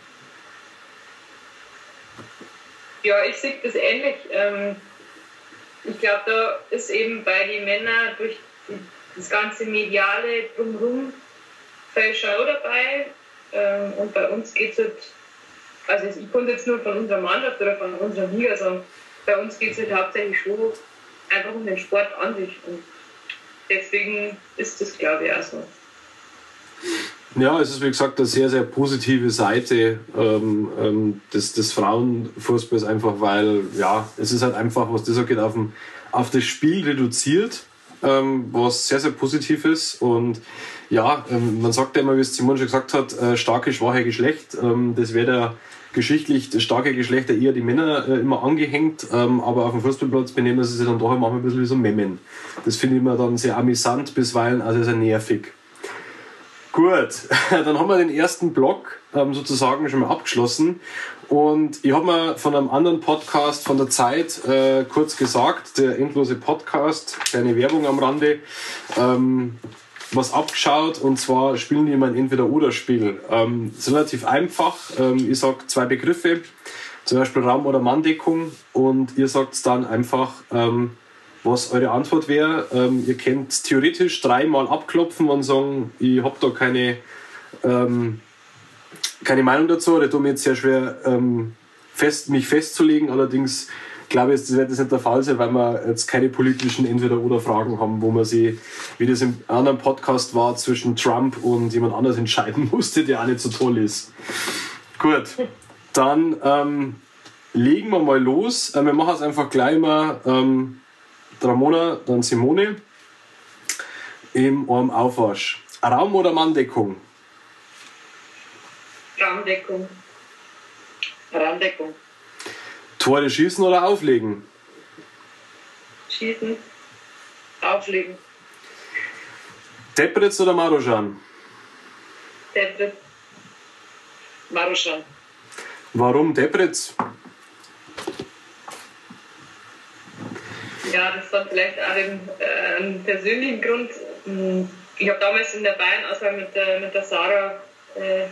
Ja, ich sehe das ähnlich. Ähm, ich glaube, da ist eben bei den Männern durch die, das ganze Mediale drumherum Fälscher dabei. Ähm, und bei uns geht es halt, also ich konnte jetzt nur von unserer Mannschaft oder von unserer Liga sagen, bei uns geht es halt hauptsächlich schon einfach um den Sport an sich. Und deswegen ist das, glaube ich, auch so. Ja, es ist wie gesagt eine sehr, sehr positive Seite ähm, ähm, des, des Frauenfußballs, einfach weil, ja, es ist halt einfach, was das angeht, auf, dem, auf das Spiel reduziert, ähm, was sehr, sehr positiv ist. Und ja, ähm, man sagt ja immer, wie es Simon schon gesagt hat, äh, starke, schwache Geschlecht. Ähm, das wäre der geschichtlich das starke Geschlecht eher die Männer äh, immer angehängt, ähm, aber auf dem Fußballplatz benehmen sie sich dann doch immer ein bisschen wie so Memmen. Das finde ich immer dann sehr amüsant, bisweilen also sehr nervig. Gut, dann haben wir den ersten Block ähm, sozusagen schon mal abgeschlossen und ich habe mir von einem anderen Podcast von der Zeit äh, kurz gesagt, der endlose Podcast, kleine Werbung am Rande, ähm, was abgeschaut, und zwar spielen die immer ein Entweder-Oder-Spiel. Ähm, ist relativ einfach, ähm, ich sage zwei Begriffe, zum Beispiel Raum- oder Manndeckung, und ihr sagt dann einfach, ähm, was eure Antwort wäre. Ähm, ihr könnt theoretisch dreimal abklopfen und sagen, ich habe da keine, ähm, keine Meinung dazu, oder tue mir jetzt sehr schwer, ähm, fest, mich festzulegen. Allerdings glaube ich, das wird das nicht der Fall sein, weil wir jetzt keine politischen Entweder-Oder-Fragen haben, wo man sich, wie das im anderen Podcast war, zwischen Trump und jemand anders entscheiden musste, der auch nicht so toll ist. Gut, dann ähm, legen wir mal los. Äh, wir machen es einfach gleich mal. Ähm, Ramona, dann Simone im Arm Aufwasch. Raum- oder Manndeckung? Raumdeckung. Raumdeckung. Tore schießen oder auflegen? Schießen. Auflegen. Debrecen oder Maruschan? Debrecen. Maruschan. Warum Debrecen? Ja, das hat vielleicht auch einen, äh, einen persönlichen Grund. Ich habe damals in der Bayern-Auswahl mit der, mit der Sarah äh,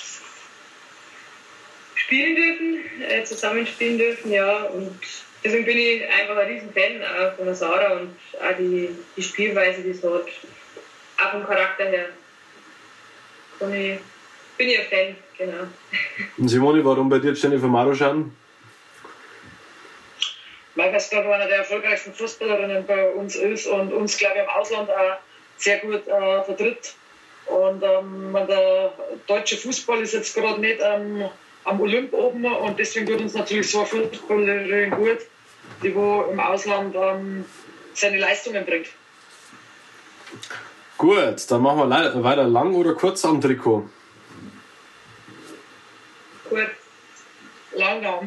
spielen dürfen, äh, zusammen spielen dürfen, ja. Und deswegen bin ich einfach ein riesen Fan äh, von der Sarah und auch die, die Spielweise, die sie hat, auch vom Charakter her. Und ich bin ich ein Fan, genau. Und Simone, warum bei dir Jennifer Maruschan? Weil es, glaube ich, einer der erfolgreichsten Fußballerinnen bei uns ist und uns, glaube ich, im Ausland auch sehr gut äh, vertritt. Und ähm, der deutsche Fußball ist jetzt gerade nicht ähm, am Olymp oben, und deswegen tut uns natürlich so eine Fußballerin gut, die wo im Ausland ähm, seine Leistungen bringt. Gut, dann machen wir weiter. Lang oder kurz am Trikot? Kurz. Lang am.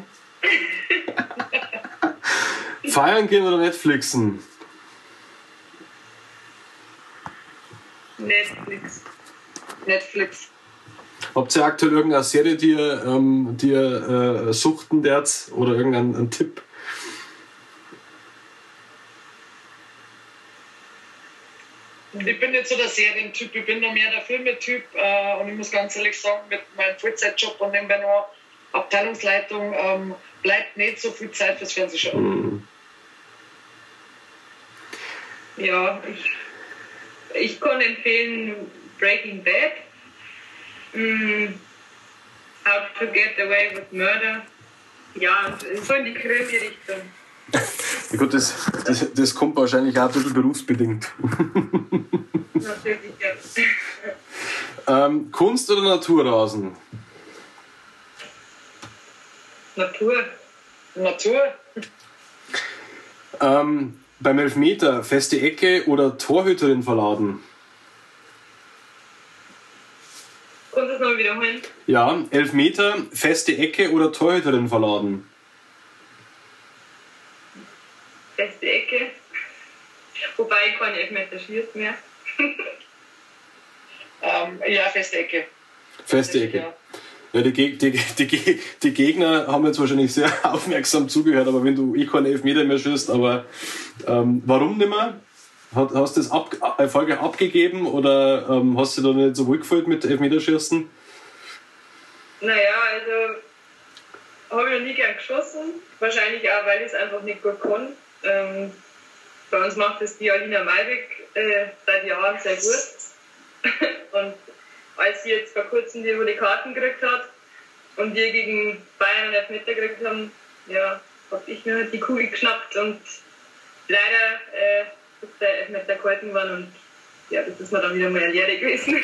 Feiern gehen oder Netflixen? Netflix. Netflix. Habt ihr aktuell irgendeine Serie, die ihr, ähm, die ihr äh, suchten derz oder irgendeinen Tipp? Ich bin nicht so der Serientyp, ich bin noch mehr der Filmetyp äh, und ich muss ganz ehrlich sagen, mit meinem Vollzeitjob und nebenbei noch Abteilungsleitung ähm, bleibt nicht so viel Zeit fürs Fernsehschauen. Mhm. Ja, ich, ich kann empfehlen Breaking Bad, mm, How to Get Away with Murder, ja, so in die Krimi-Richtung. Ja gut, das, das, das kommt wahrscheinlich auch ein bisschen berufsbedingt. Natürlich, ja. ähm, Kunst oder Naturrasen? Natur. Natur? Ähm, beim Elfmeter feste Ecke oder Torhüterin verladen? Kannst du es noch wiederholen? Ja, Elfmeter feste Ecke oder Torhüterin verladen? Beste Ecke. Wobei ich keine Elfmeter schießt mehr. ähm, ja, feste Ecke. Feste Ecke. Ja. Ja, die, die, die, die Gegner haben jetzt wahrscheinlich sehr aufmerksam zugehört, aber wenn du eh keine Elfmeter mehr schießt, aber ähm, warum nicht mehr? Hast, hast du das ab, erfolgreich abgegeben oder ähm, hast du da nicht so wohl gefühlt mit Elfmeterschießen? Naja, also habe ich noch nie gern geschossen. Wahrscheinlich auch, weil ich es einfach nicht gut kann. Ähm, bei uns macht das die Alina Maibeck äh, seit Jahren sehr gut. Und als sie jetzt vor kurzem die, wo die Karten gekriegt hat und wir gegen Bayern einen Elfmeter gekriegt haben, ja, habe ich mir halt die Kugel geschnappt und leider äh, ist der Elfmeter gehalten worden und ja, das ist mir dann wieder mal eine Lehre gewesen.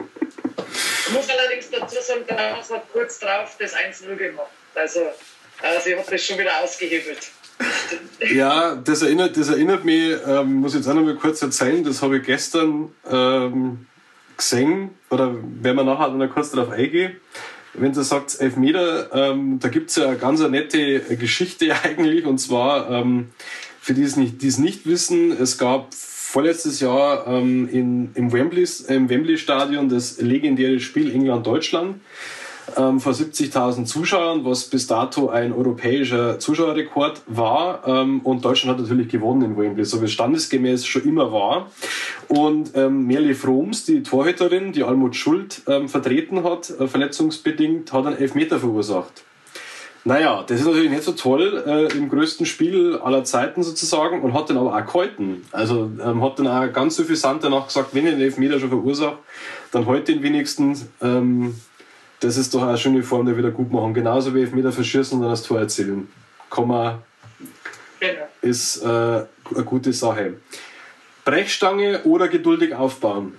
Ich muss allerdings dazu sagen, der Haus hat kurz drauf das eins null gemacht. Also, also ich habe das schon wieder ausgehebelt. Ja, das erinnert, das erinnert mich, ähm, muss ich jetzt auch noch mal kurz erzählen, das habe ich gestern ähm, gesehen, oder wenn wir nachher noch kurz darauf eingehen, wenn du sagst Elfmeter, ähm, da gibt es ja eine ganz eine nette Geschichte eigentlich, und zwar, ähm, für die es nicht, die es nicht wissen, es gab vorletztes Jahr ähm, in, im Wembley, im Wembley-Stadion das legendäre Spiel England-Deutschland ähm, vor siebzigtausend Zuschauern, was bis dato ein europäischer Zuschauerrekord war. Ähm, und Deutschland hat natürlich gewonnen in Wembley, so wie es standesgemäß schon immer war. Und ähm, Merle Froms, die Torhüterin, die Almut Schuld ähm, vertreten hat, äh, verletzungsbedingt, hat einen Elfmeter verursacht. Naja, das ist natürlich nicht so toll äh, im größten Spiel aller Zeiten sozusagen, und hat dann aber auch gehalten. Also ähm, hat dann auch ganz suffisant danach gesagt, wenn ich den Elfmeter schon verursacht, dann halt den wenigstens. Ähm, das ist doch eine schöne Form der Wiedergutmachung. Genauso wie Elfmeter verschießen und dann das Tor erzielen. Kann man, Genau. ist äh, eine gute Sache. Brechstange oder geduldig aufbauen?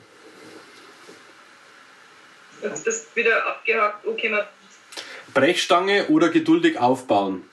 Jetzt bist du wieder abgehakt. Okay, man. Brechstange oder geduldig aufbauen?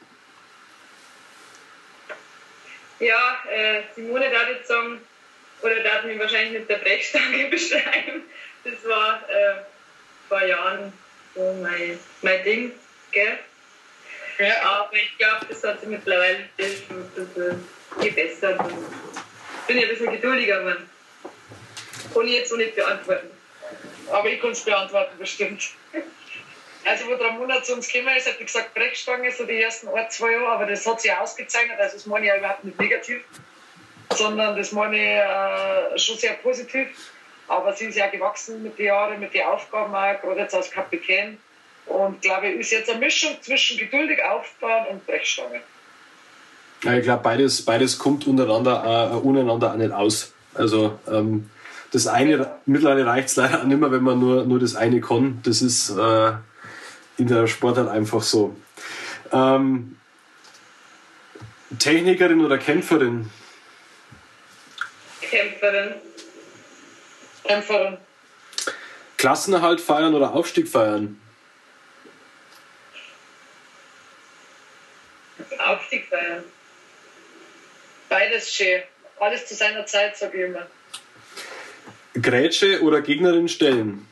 Ja, äh, Simone darf jetzt sagen, oder darf mich wahrscheinlich mit der Brechstange beschreiben. Das war äh, vor Jahren so mein, mein Ding, gell? Ja. Aber ich glaube, das hat sich mittlerweile schon ein bisschen gebessert. Und bin ja ein bisschen geduldiger geworden. Kann ich jetzt so nicht beantworten. Aber ich kann es beantworten, bestimmt. Also, wo drei Monate zu uns gekommen ist, hat ich gesagt, Brechstange, so die ersten ein, zwei Jahre, aber das hat sich ausgezeichnet. Also, das meine ich ja überhaupt nicht negativ, sondern das meine ich äh, schon sehr positiv. Aber sie ist ja gewachsen mit den Jahren, mit den Aufgaben auch, gerade jetzt als Kapitän. Und glaube ich, ist jetzt eine Mischung zwischen geduldig aufbauen und Brechstange. Ja, ich glaube, beides, beides kommt untereinander, äh, untereinander auch nicht aus. Also, ähm, das eine, mittlerweile reicht es leider auch nicht mehr, wenn man nur, nur das eine kann. Das ist äh, in der Sportart einfach so. Ähm, Technikerin oder Kämpferin? Kämpferin. Kämpferin. Klassenerhalt feiern oder Aufstieg feiern? Aufstieg feiern. Beides schön. Alles zu seiner Zeit, sage ich immer. Grätsche oder Gegnerin stellen?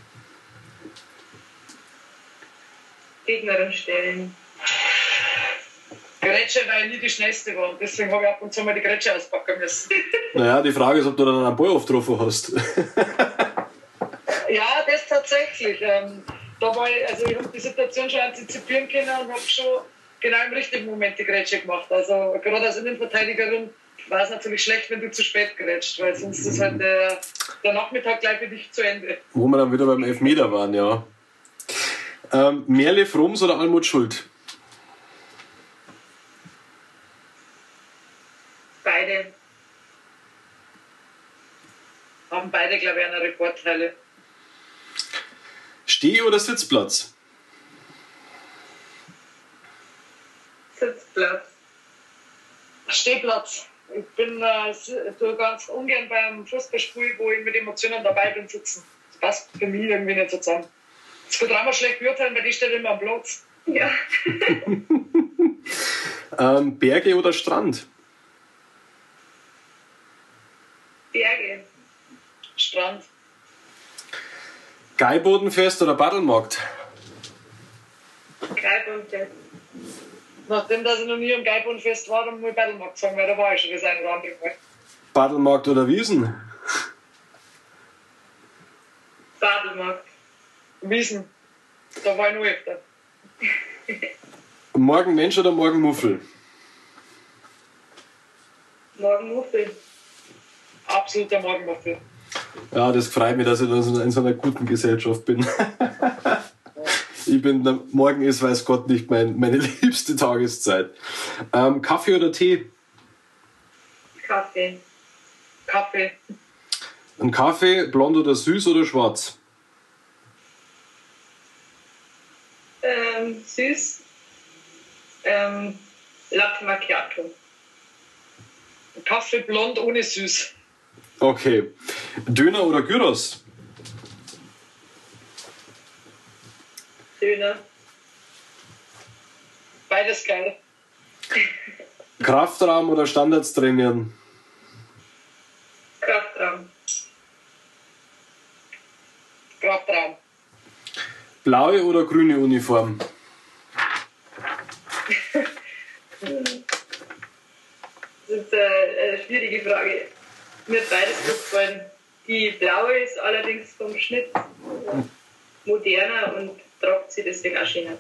Gegnerin stellen. Grätsche, weil ich nie die schnellste war. Und deswegen habe ich ab und zu mal die Grätsche auspacken müssen. Naja, die Frage ist, ob du dann einen Ball aufgetroffen hast. tatsächlich. Ähm, da war ich, also ich habe die Situation schon antizipieren können und habe schon genau im richtigen Moment die Grätsche gemacht. Also gerade als Innenverteidigerin war es natürlich schlecht, wenn du zu spät grätscht, weil sonst ist halt der, der Nachmittag gleich für dich zu Ende. Wo wir dann wieder beim Elfmeter waren, ja. Ähm, Merle Fromms oder Almut Schuld? Beide. Haben beide, glaube ich, andere Vorteile. Steh- oder Sitzplatz? Sitzplatz. Stehplatz. Ich bin äh, tue ganz ungern beim Fußballspiel, wo ich mit Emotionen dabei bin, sitzen. Das passt für mich irgendwie nicht so zusammen. Das kann dreimal schlecht beurteilen, weil die steht immer am Platz. Ja. ähm, Berge oder Strand? Berge. Strand. Geibodenfest oder Baddelmarkt? Geibodenfest. Nachdem dass ich noch nie am Geibodenfest war, dann muss ich Baddelmarkt sagen, weil da war ich schon das eine oder andere Mal. Baddelmarkt oder Wiesen? Baddelmarkt. Wiesen. Da war ich noch öfter. Morgen Mensch oder morgen Muffel? Morgen Muffel. Absoluter Morgenmuffel. Ja, das freut mich, dass ich in so einer guten Gesellschaft bin. Ich bin, morgen ist, weiß Gott nicht, mein, meine liebste Tageszeit. Ähm, Kaffee oder Tee? Kaffee. Kaffee. Ein Kaffee, blond oder süß oder schwarz? Ähm, süß. Ähm, Latte Macchiato. Kaffee blond ohne süß. Okay. Döner oder Gyros? Döner. Beides geil. Kraftraum oder Standards trainieren? Kraftraum. Kraftraum. Blaue oder grüne Uniform? Das ist eine schwierige Frage. Mir hat beides gut gefallen. Die blaue ist allerdings vom Schnitt moderner und tragt sie deswegen auch schöner.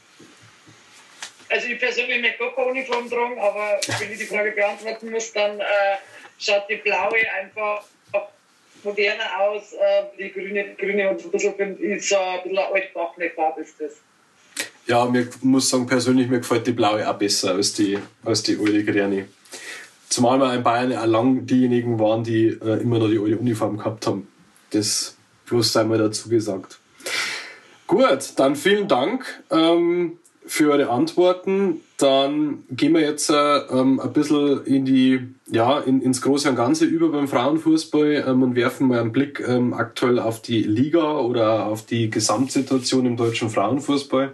Also ich persönlich möchte gar keine Uniform tragen, aber wenn ich die Frage beantworten muss, dann äh, schaut die blaue einfach moderner aus. Äh, die grüne, grüne und ein bisschen, ist so ein bisschen eine altbackene Farbe ist das. Ja, mir muss sagen, persönlich mir gefällt die blaue auch besser als die, als die alte grüne. Zumal wir in Bayern auch lang diejenigen waren, die äh, immer noch die alte Uniform gehabt haben. Das bloß sei mal dazu gesagt. Gut, dann vielen Dank ähm, für eure Antworten. Dann gehen wir jetzt äh, ähm, ein bisschen in die, ja, in, ins Große und Ganze über beim Frauenfußball ähm, und werfen mal einen Blick ähm, aktuell auf die Liga oder auf die Gesamtsituation im deutschen Frauenfußball.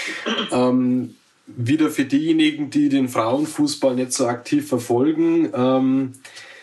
Ähm, wieder für diejenigen, die den Frauenfußball nicht so aktiv verfolgen. Ähm,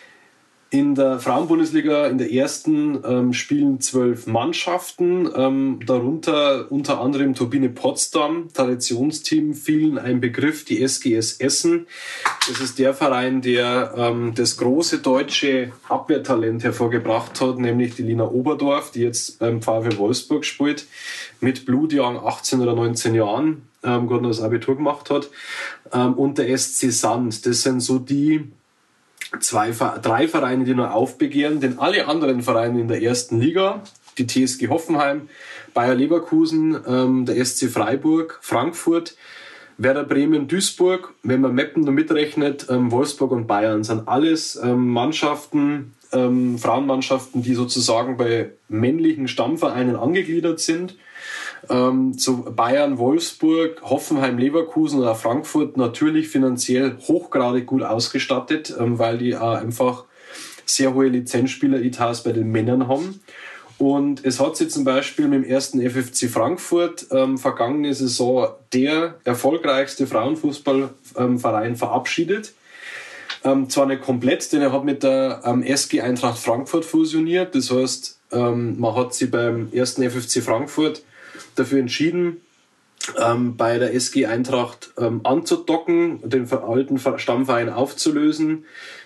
in der Frauenbundesliga, in der ersten, ähm, spielen zwölf Mannschaften, ähm, darunter unter anderem Turbine Potsdam, Traditionsteam, vielen ein Begriff, die S G S Essen. Das ist der Verein, der ähm, das große deutsche Abwehrtalent hervorgebracht hat, nämlich die Lina Oberdorf, die jetzt beim VfL Wolfsburg spielt, mit Blutjahren achtzehn oder neunzehn Jahren, ähm, gerade noch das Abitur gemacht hat, ähm, und der S C Sand. Das sind so die zwei, drei Vereine, die nur aufbegehren, denn alle anderen Vereine in der ersten Liga, die T S G Hoffenheim, Bayer Leverkusen, ähm, der S C Freiburg, Frankfurt, Werder Bremen, Duisburg, wenn man Meppen nur mitrechnet, ähm, Wolfsburg und Bayern, sind alles ähm, Mannschaften, ähm, Frauenmannschaften, die sozusagen bei männlichen Stammvereinen angegliedert sind. Ähm, so Bayern, Wolfsburg, Hoffenheim, Leverkusen oder Frankfurt natürlich finanziell hochgradig gut ausgestattet, ähm, weil die auch einfach sehr hohe Lizenzspieler-Etats bei den Männern haben. Und es hat sich zum Beispiel mit dem ersten F F C Frankfurt ähm, vergangene Saison der erfolgreichste Frauenfußballverein ähm, verabschiedet. Ähm, zwar nicht komplett, denn er hat mit der ähm, S G Eintracht Frankfurt fusioniert. Das heißt, ähm, man hat sich beim ersten F F C Frankfurt dafür entschieden, ähm, bei der S G Eintracht ähm, anzudocken, den alten Stammverein aufzulösen,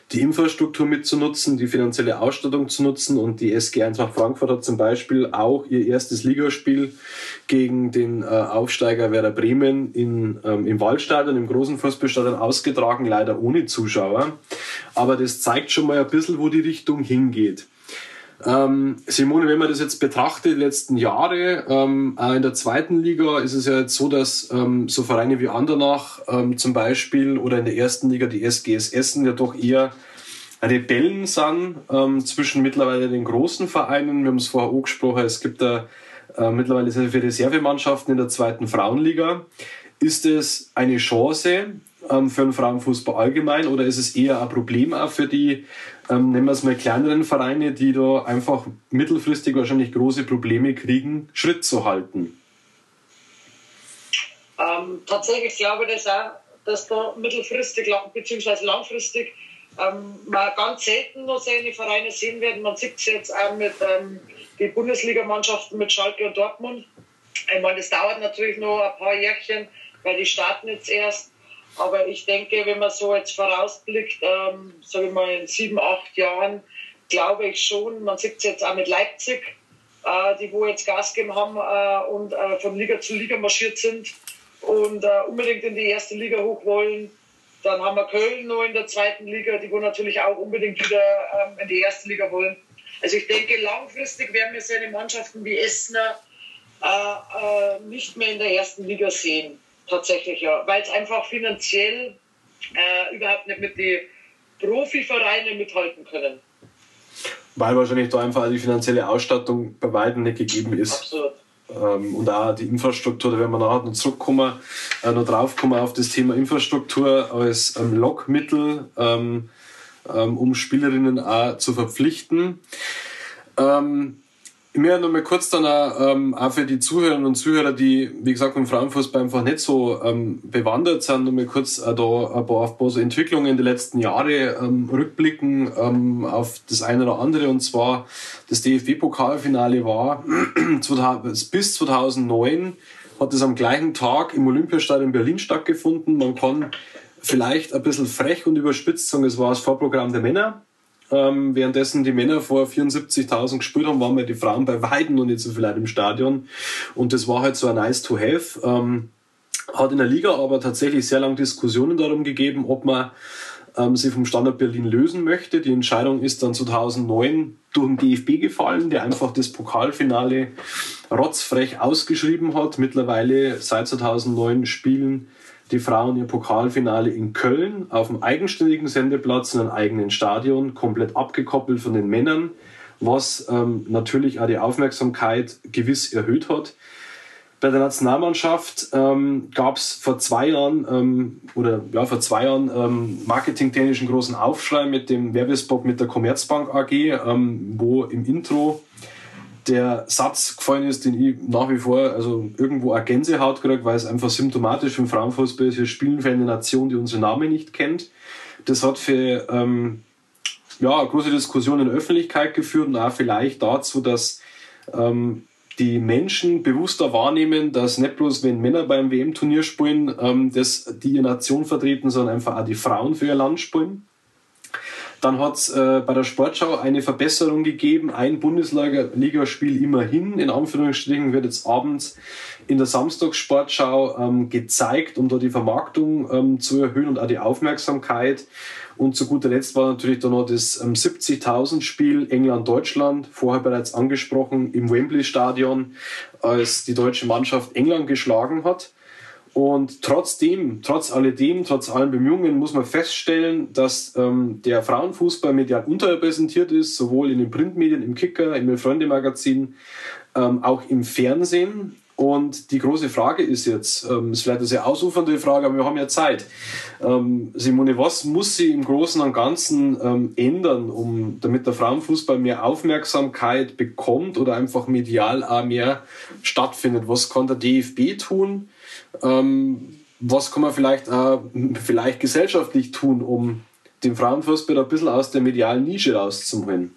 die Infrastruktur mitzunutzen, die finanzielle Ausstattung zu nutzen. Und die S G Eintracht Frankfurt hat zum Beispiel auch ihr erstes Ligaspiel gegen den äh, Aufsteiger Werder Bremen in, ähm, im Waldstadion, im großen Fußballstadion ausgetragen, leider ohne Zuschauer. Aber das zeigt schon mal ein bisschen, wo die Richtung hingeht. Ähm, Simone, wenn man das jetzt betrachtet, die letzten Jahre, ähm, auch in der zweiten Liga ist es ja jetzt so, dass ähm, so Vereine wie Andernach ähm, zum Beispiel oder in der ersten Liga die S G S Essen ja doch eher Rebellen sind ähm, zwischen mittlerweile den großen Vereinen. Wir haben es vorher angesprochen, es gibt da äh, mittlerweile sehr viele Reservemannschaften in der zweiten Frauenliga. Ist es eine Chance ähm, für den Frauenfußball allgemein oder ist es eher ein Problem auch für die Ähm, nehmen wir es mal kleineren Vereine, die da einfach mittelfristig wahrscheinlich große Probleme kriegen, Schritt zu halten? Ähm, tatsächlich glaube ich das auch, dass da mittelfristig lang, bzw. langfristig ähm, man ganz selten noch seine Vereine sehen werden. Man sieht es jetzt auch mit ähm, den Bundesligamannschaften mit Schalke und Dortmund. Ich meine, das dauert natürlich noch ein paar Jährchen, weil die starten jetzt erst. Aber ich denke, wenn man so jetzt vorausblickt, ähm, sage ich mal in sieben, acht Jahren, glaube ich schon, man sieht es jetzt auch mit Leipzig, äh, die wo jetzt Gas gegeben haben äh, und äh, von Liga zu Liga marschiert sind und äh, unbedingt in die erste Liga hoch wollen. Dann haben wir Köln noch in der zweiten Liga, die wo natürlich auch unbedingt wieder ähm, in die erste Liga wollen. Also ich denke, langfristig werden wir seine Mannschaften wie Essener äh, äh, nicht mehr in der ersten Liga sehen. Tatsächlich, ja. Weil es einfach finanziell äh, überhaupt nicht mit den Profivereinen mithalten können. Weil wahrscheinlich da einfach die finanzielle Ausstattung bei weitem nicht gegeben ist. Absolut. Ähm, und auch die Infrastruktur, da werden wir nachher noch zurückkommen, äh, noch draufkommen auf das Thema Infrastruktur als ähm, Lockmittel, ähm, ähm, um Spielerinnen auch zu verpflichten. Ähm, Ich möchte noch mal kurz dann auch, ähm, auch für die Zuhörerinnen und Zuhörer, die, wie gesagt, im Frauenfußball einfach nicht so ähm, bewandert sind, noch mal kurz äh, da ein paar, auf ein paar so Entwicklungen der letzten Jahre ähm, rückblicken ähm, auf das eine oder andere. Und zwar das D F B-Pokalfinale war bis zweitausendneun hat es am gleichen Tag im Olympiastadion Berlin stattgefunden. Man kann vielleicht ein bisschen frech und überspitzt sagen, es war das Vorprogramm der Männer. Ähm, währenddessen die Männer vor vierundsiebzigtausend gespielt haben, waren wir die Frauen bei weitem noch nicht so viel Leute im Stadion. Und das war halt so ein nice to have. Ähm, hat in der Liga aber tatsächlich sehr lange Diskussionen darum gegeben, ob man ähm, sich vom Standard Berlin lösen möchte. Die Entscheidung ist dann zweitausendneun durch den D F B gefallen, der einfach das Pokalfinale rotzfrech ausgeschrieben hat. Mittlerweile seit zweitausendneun spielen die Frauen ihr Pokalfinale in Köln auf einem eigenständigen Sendeplatz in einem eigenen Stadion, komplett abgekoppelt von den Männern, was ähm, natürlich auch die Aufmerksamkeit gewiss erhöht hat. Bei der Nationalmannschaft ähm, gab es vor zwei Jahren ähm, oder ja vor zwei Jahren ähm, marketingtechnisch einen großen Aufschrei mit dem Werbespot mit der Commerzbank A G, ähm, wo im Intro der Satz gefallen ist, den ich nach wie vor also irgendwo eine Gänsehaut kriege, weil es einfach symptomatisch für den Frauenfußball ist. Wir spielen für eine Nation, die unseren Namen nicht kennt. Das hat für ähm, ja, eine große Diskussion in der Öffentlichkeit geführt und auch vielleicht dazu, dass ähm, die Menschen bewusster wahrnehmen, dass nicht bloß, wenn Männer beim W M-Turnier spielen, ähm, das die ihre Nation vertreten, sondern einfach auch die Frauen für ihr Land spielen. Dann hat es äh, bei der Sportschau eine Verbesserung gegeben. Ein Bundesligaspiel immerhin, in Anführungsstrichen, wird jetzt abends in der Samstagssportschau ähm, gezeigt, um da die Vermarktung ähm, zu erhöhen und auch die Aufmerksamkeit. Und zu guter Letzt war natürlich dann noch das ähm, siebzigtausend Spiel England-Deutschland, vorher bereits angesprochen, im Wembley-Stadion, als die deutsche Mannschaft England geschlagen hat. Und trotzdem, trotz alledem, trotz allen Bemühungen muss man feststellen, dass ähm, der Frauenfußball medial unterrepräsentiert ist, sowohl in den Printmedien, im Kicker, im Freunde-Magazin, ähm, auch im Fernsehen. Und die große Frage ist jetzt, ähm, ist vielleicht eine sehr ausufernde Frage, aber wir haben ja Zeit. Ähm, Simone, was muss sie im Großen und Ganzen ähm, ändern, um, damit der Frauenfußball mehr Aufmerksamkeit bekommt oder einfach medial auch mehr stattfindet? Was kann der D F B tun? Ähm, was kann man vielleicht, äh, vielleicht gesellschaftlich tun, um den Frauenfußball ein bisschen aus der medialen Nische rauszuholen?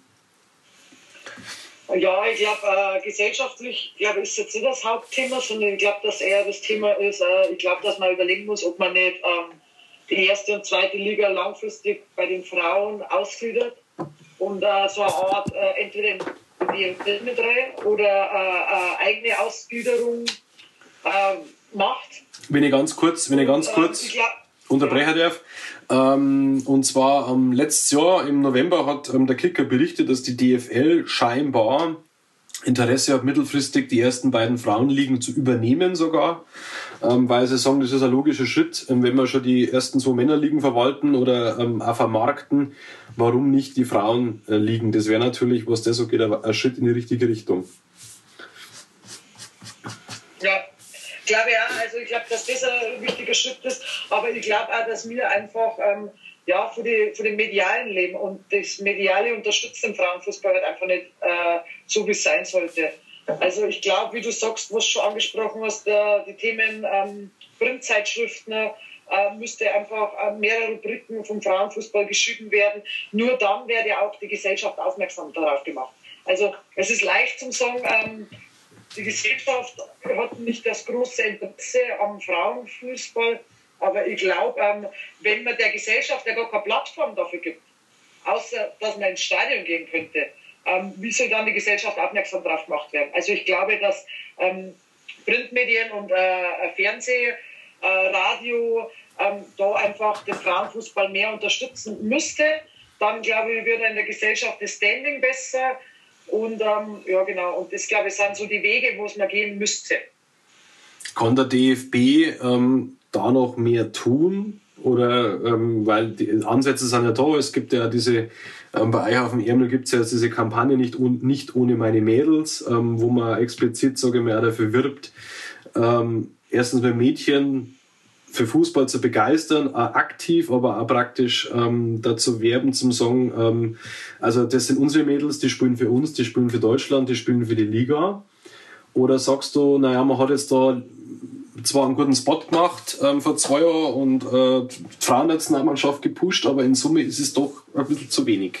Ja, ich glaube, äh, gesellschaftlich glaube ist jetzt nicht das Hauptthema, sondern ich glaube, dass eher das Thema ist, äh, ich glaube, dass man überlegen muss, ob man nicht ähm, die erste und zweite Liga langfristig bei den Frauen ausgliedert und äh, so eine Art äh, entweder in die D F L mit rein oder äh, äh, eigene Ausgliederung äh, macht. Wenn ich ganz kurz, wenn ich ganz kurz ich glaub, unterbrechen ja. darf. Ähm, und zwar ähm, letztes Jahr im November hat ähm, der Kicker berichtet, dass die D F L scheinbar Interesse hat, mittelfristig die ersten beiden Frauenligen zu übernehmen sogar, ähm, weil sie sagen, das ist ein logischer Schritt, ähm, wenn wir schon die ersten zwei Männerligen verwalten oder ähm, auch vermarkten, warum nicht die Frauenligen? Das wäre natürlich, was das so geht, ein Schritt in die richtige Richtung. Ja, ich glaube ja, also ich glaube, dass das ein wichtiger Schritt ist, aber ich glaube auch, dass wir einfach ähm, ja, für, die, für den medialen Leben und das Mediale unterstützt den Frauenfußball halt einfach nicht äh, so, wie es sein sollte. Also ich glaube, wie du sagst, was du schon angesprochen hast, äh, die Themen ähm, Printzeitschriften, äh, müsste einfach äh, mehrere Rubriken vom Frauenfußball geschrieben werden. Nur dann werde auch die Gesellschaft aufmerksam darauf gemacht. Also es ist leicht zum sagen, ähm, die Gesellschaft hat nicht das große Interesse am Frauenfußball, aber ich glaube, ähm, wenn man der Gesellschaft ja gar keine Plattform dafür gibt, außer dass man ins Stadion gehen könnte, ähm, wie soll dann die Gesellschaft aufmerksam darauf gemacht werden? Also ich glaube, dass ähm, Printmedien und äh, Fernseh, äh, Radio ähm, da einfach den Frauenfußball mehr unterstützen müsste. Dann, glaube ich, wird in der Gesellschaft das Standing besser. Und ähm, ja, genau, und das, glaube ich, sind so die Wege, wo es man gehen müsste. Kann der D F B ähm, da noch mehr tun? Oder, ähm, weil die Ansätze sind ja da, es gibt ja diese, ähm, bei euch auf dem Ärmel gibt es ja diese Kampagne nicht, un, nicht ohne meine Mädels, ähm, wo man explizit, sage ich mal, auch dafür wirbt, ähm, erstens bei Mädchen für Fußball zu begeistern, auch aktiv, aber auch praktisch ähm, dazu werben, zum sagen, ähm, also das sind unsere Mädels, die spielen für uns, die spielen für Deutschland, die spielen für die Liga. Oder sagst du, naja, man hat jetzt da zwar einen guten Spot gemacht ähm, vor zwei Jahren und äh, die Frauennationalmannschaft gepusht, aber in Summe ist es doch ein bisschen zu wenig.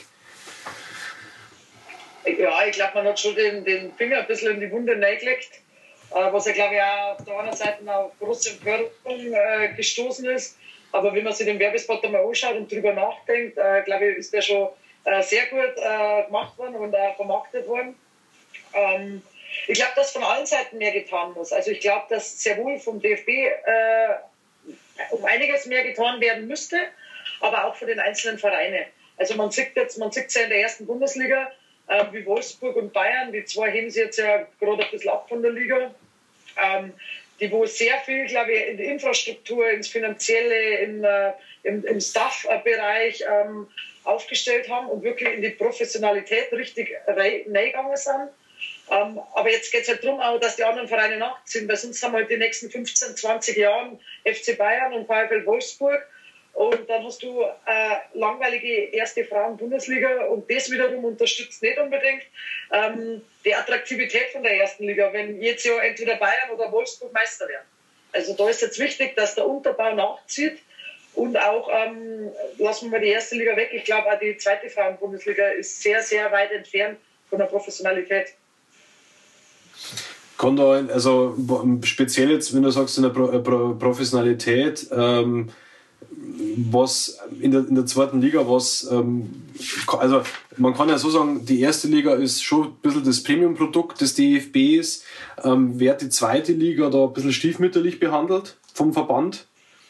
Ja, ich glaube, man hat schon den, den Finger ein bisschen in die Wunde reingelegt, äh, was ja, glaube ich, auch auf der anderen Seite auf große Empörung äh, gestoßen ist. Aber wenn man sich den Werbespot einmal anschaut und darüber nachdenkt, äh, glaube ich, ist der schon äh, sehr gut äh, gemacht worden und äh, vermarktet worden. Ähm, Ich glaube, dass von allen Seiten mehr getan muss. Also ich glaube, dass sehr wohl vom D F B äh, um einiges mehr getan werden müsste, aber auch von den einzelnen Vereinen. Also man sieht jetzt, man sieht ja in der ersten Bundesliga, äh, wie Wolfsburg und Bayern, die zwei heben sie jetzt ja gerade ein bisschen ab von der Liga, ähm, die wo sehr viel, glaube ich, in die Infrastruktur, ins Finanzielle, in, äh, im, im Staff-Bereich ähm, aufgestellt haben und wirklich in die Professionalität richtig reingegangen sind. Um, aber jetzt geht es halt darum, auch, dass die anderen Vereine nachziehen, weil sonst haben wir halt die nächsten fünfzehn, zwanzig Jahren F C Bayern und VfL Wolfsburg und dann hast du äh, langweilige erste Frauen-Bundesliga und das wiederum unterstützt nicht unbedingt ähm, die Attraktivität von der ersten Liga, wenn jetzt ja entweder Bayern oder Wolfsburg Meister werden. Also da ist jetzt wichtig, dass der Unterbau nachzieht und auch, ähm, lassen wir mal die erste Liga weg, ich glaube auch die zweite Frauen-Bundesliga ist sehr, sehr weit entfernt von der Professionalität. Kann da, also speziell jetzt, wenn du sagst, in der Pro- Pro- Professionalität, ähm, was in der, in der zweiten Liga, was, ähm, also man kann ja so sagen, die erste Liga ist schon ein bisschen das Premium-Produkt des D F Bs. Ähm, wird die zweite Liga da ein bisschen stiefmütterlich behandelt vom Verband?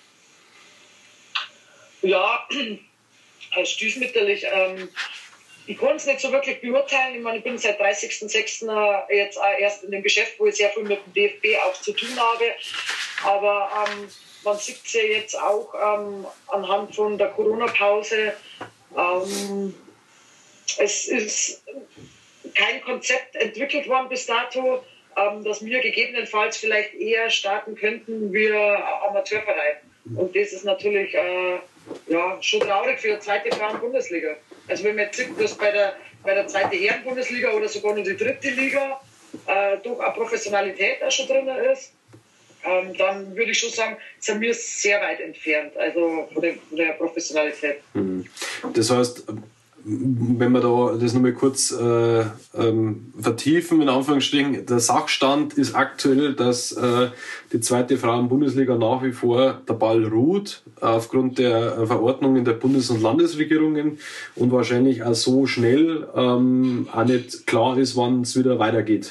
Ja, stiefmütterlich. Ähm Ich konnte es nicht so wirklich beurteilen. Ich meine, ich bin seit dreißigsten sechsten jetzt auch erst in dem Geschäft, wo ich sehr viel mit dem D F B auch zu tun habe. Aber ähm, man sieht es ja jetzt auch ähm, anhand von der Corona-Pause. Ähm, es ist kein Konzept entwickelt worden bis dato, ähm, dass wir gegebenenfalls vielleicht eher starten könnten wie Amateurverein. Und das ist natürlich äh, ja, schon traurig für die zweite Frauen-Bundesliga. Also wenn man jetzt sieht, dass bei der, bei der zweiten Herren-Bundesliga oder sogar nur die dritte Liga äh, doch eine Professionalität auch schon drin ist, ähm, dann würde ich schon sagen, sind wir sehr weit entfernt, also von der, von der Professionalität. Das heißt, wenn wir da das nochmal kurz äh, ähm, vertiefen, in Anführungsstrichen, der Sachstand ist aktuell, dass äh, die zweite Frauen-Bundesliga nach wie vor der Ball ruht, aufgrund der Verordnungen der Bundes- und Landesregierungen und wahrscheinlich auch so schnell ähm, auch nicht klar ist, wann es wieder weitergeht.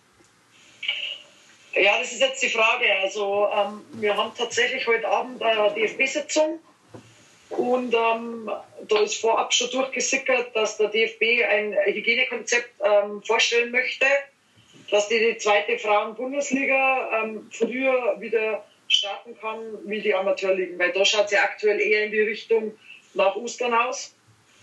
Ja, das ist jetzt die Frage. Also ähm, wir haben tatsächlich heute Abend eine D F B-Sitzung. Und ähm, da ist vorab schon durchgesickert, dass der D F B ein Hygienekonzept ähm, vorstellen möchte, dass die, die zweite Frauen-Bundesliga ähm, früher wieder starten kann wie die Amateurligen. Weil da schaut es ja aktuell eher in die Richtung nach Ostern aus.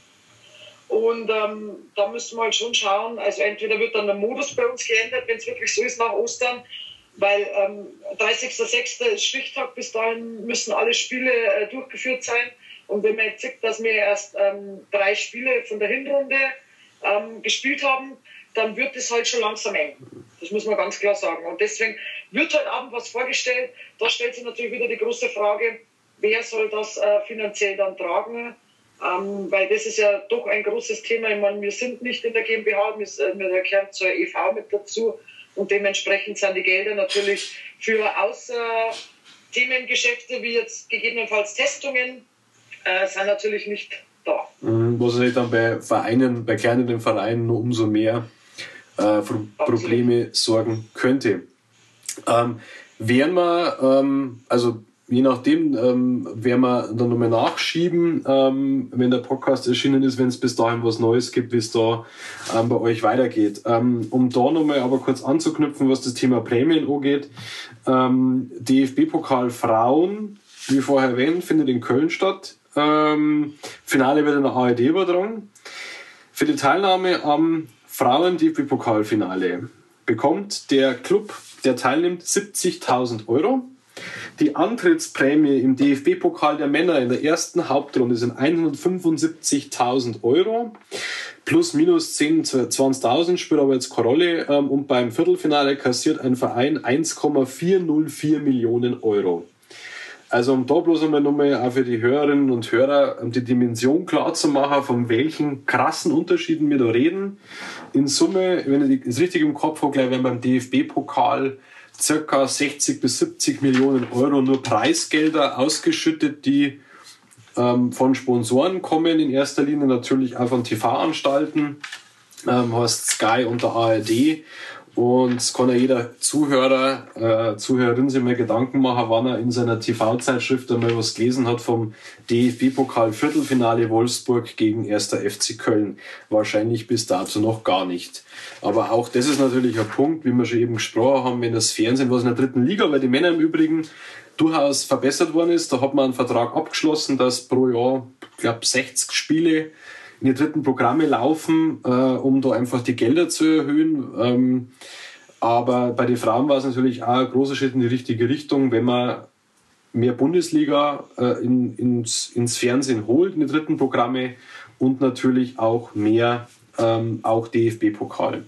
Und ähm, da müssen wir halt schon schauen, also entweder wird dann der Modus bei uns geändert, wenn es wirklich so ist nach Ostern, weil ähm, dreißigster sechster ist Stichtag, bis dahin müssen alle Spiele äh, durchgeführt sein. Und wenn man jetzt sieht, dass wir erst ähm, drei Spiele von der Hinrunde ähm, gespielt haben, dann wird es halt schon langsam eng. Das muss man ganz klar sagen. Und deswegen wird heute Abend was vorgestellt. Da stellt sich natürlich wieder die große Frage, wer soll das äh, finanziell dann tragen? Ähm, weil das ist ja doch ein großes Thema. Ich meine, wir sind nicht in der GmbH, wir, wir gehören zur E V mit dazu. Und dementsprechend sind die Gelder natürlich für außer Themengeschäfte wie jetzt gegebenenfalls Testungen, äh, sind natürlich nicht da. Was sich dann bei Vereinen, bei kleineren Vereinen nur umso mehr äh, für Probleme sorgen könnte. Ähm, werden wir, ähm, also je nachdem, ähm, werden wir dann nochmal nachschieben, ähm, wenn der Podcast erschienen ist, wenn es bis dahin was Neues gibt, wie es da ähm, bei euch weitergeht. Ähm, um da nochmal aber kurz anzuknüpfen, was das Thema Prämien angeht. Ähm, D F B-Pokal Frauen, wie vorher erwähnt, findet in Köln statt. Ähm, Finale wird in der A R D übertragen. Für die Teilnahme am Frauen-D F B-Pokalfinale bekommt der Club, der teilnimmt, siebzigtausend Euro. Die Antrittsprämie im D F B-Pokal der Männer in der ersten Hauptrunde sind hundertfünfundsiebzigtausend Euro. Plus minus zehn, zwanzigtausend spielt aber jetzt keine Rolle. Und beim Viertelfinale kassiert ein Verein eins Komma vierhundertvier Millionen Euro. Also um da bloß einmal nochmal auch für die Hörerinnen und Hörer die Dimension klar zu machen, von welchen krassen Unterschieden wir da reden. In Summe, wenn ich das richtig im Kopf habe, gleich werden beim D F B-Pokal circa sechzig bis siebzig Millionen Euro nur Preisgelder ausgeschüttet, die ähm, von Sponsoren kommen, in erster Linie natürlich auch von T V-Anstalten, ähm, heißt Sky und der A R D. Und es kann ja jeder Zuhörer, äh, Zuhörerin sich mal Gedanken machen, wann er in seiner T V-Zeitschrift einmal was gelesen hat vom D F B-Pokal-Viertelfinale Wolfsburg gegen erster F C Köln. Wahrscheinlich bis dato noch gar nicht. Aber auch das ist natürlich ein Punkt, wie wir schon eben gesprochen haben, wenn das Fernsehen, was in der dritten Liga, weil die Männer im Übrigen durchaus verbessert worden ist, da hat man einen Vertrag abgeschlossen, dass pro Jahr, ich glaube, sechzig Spiele in die dritten Programme laufen, äh, um da einfach die Gelder zu erhöhen. Ähm, aber bei den Frauen war es natürlich auch ein großer Schritt in die richtige Richtung, wenn man mehr Bundesliga äh, in, ins, ins Fernsehen holt, in die dritten Programme und natürlich auch mehr ähm, auch D F B-Pokal.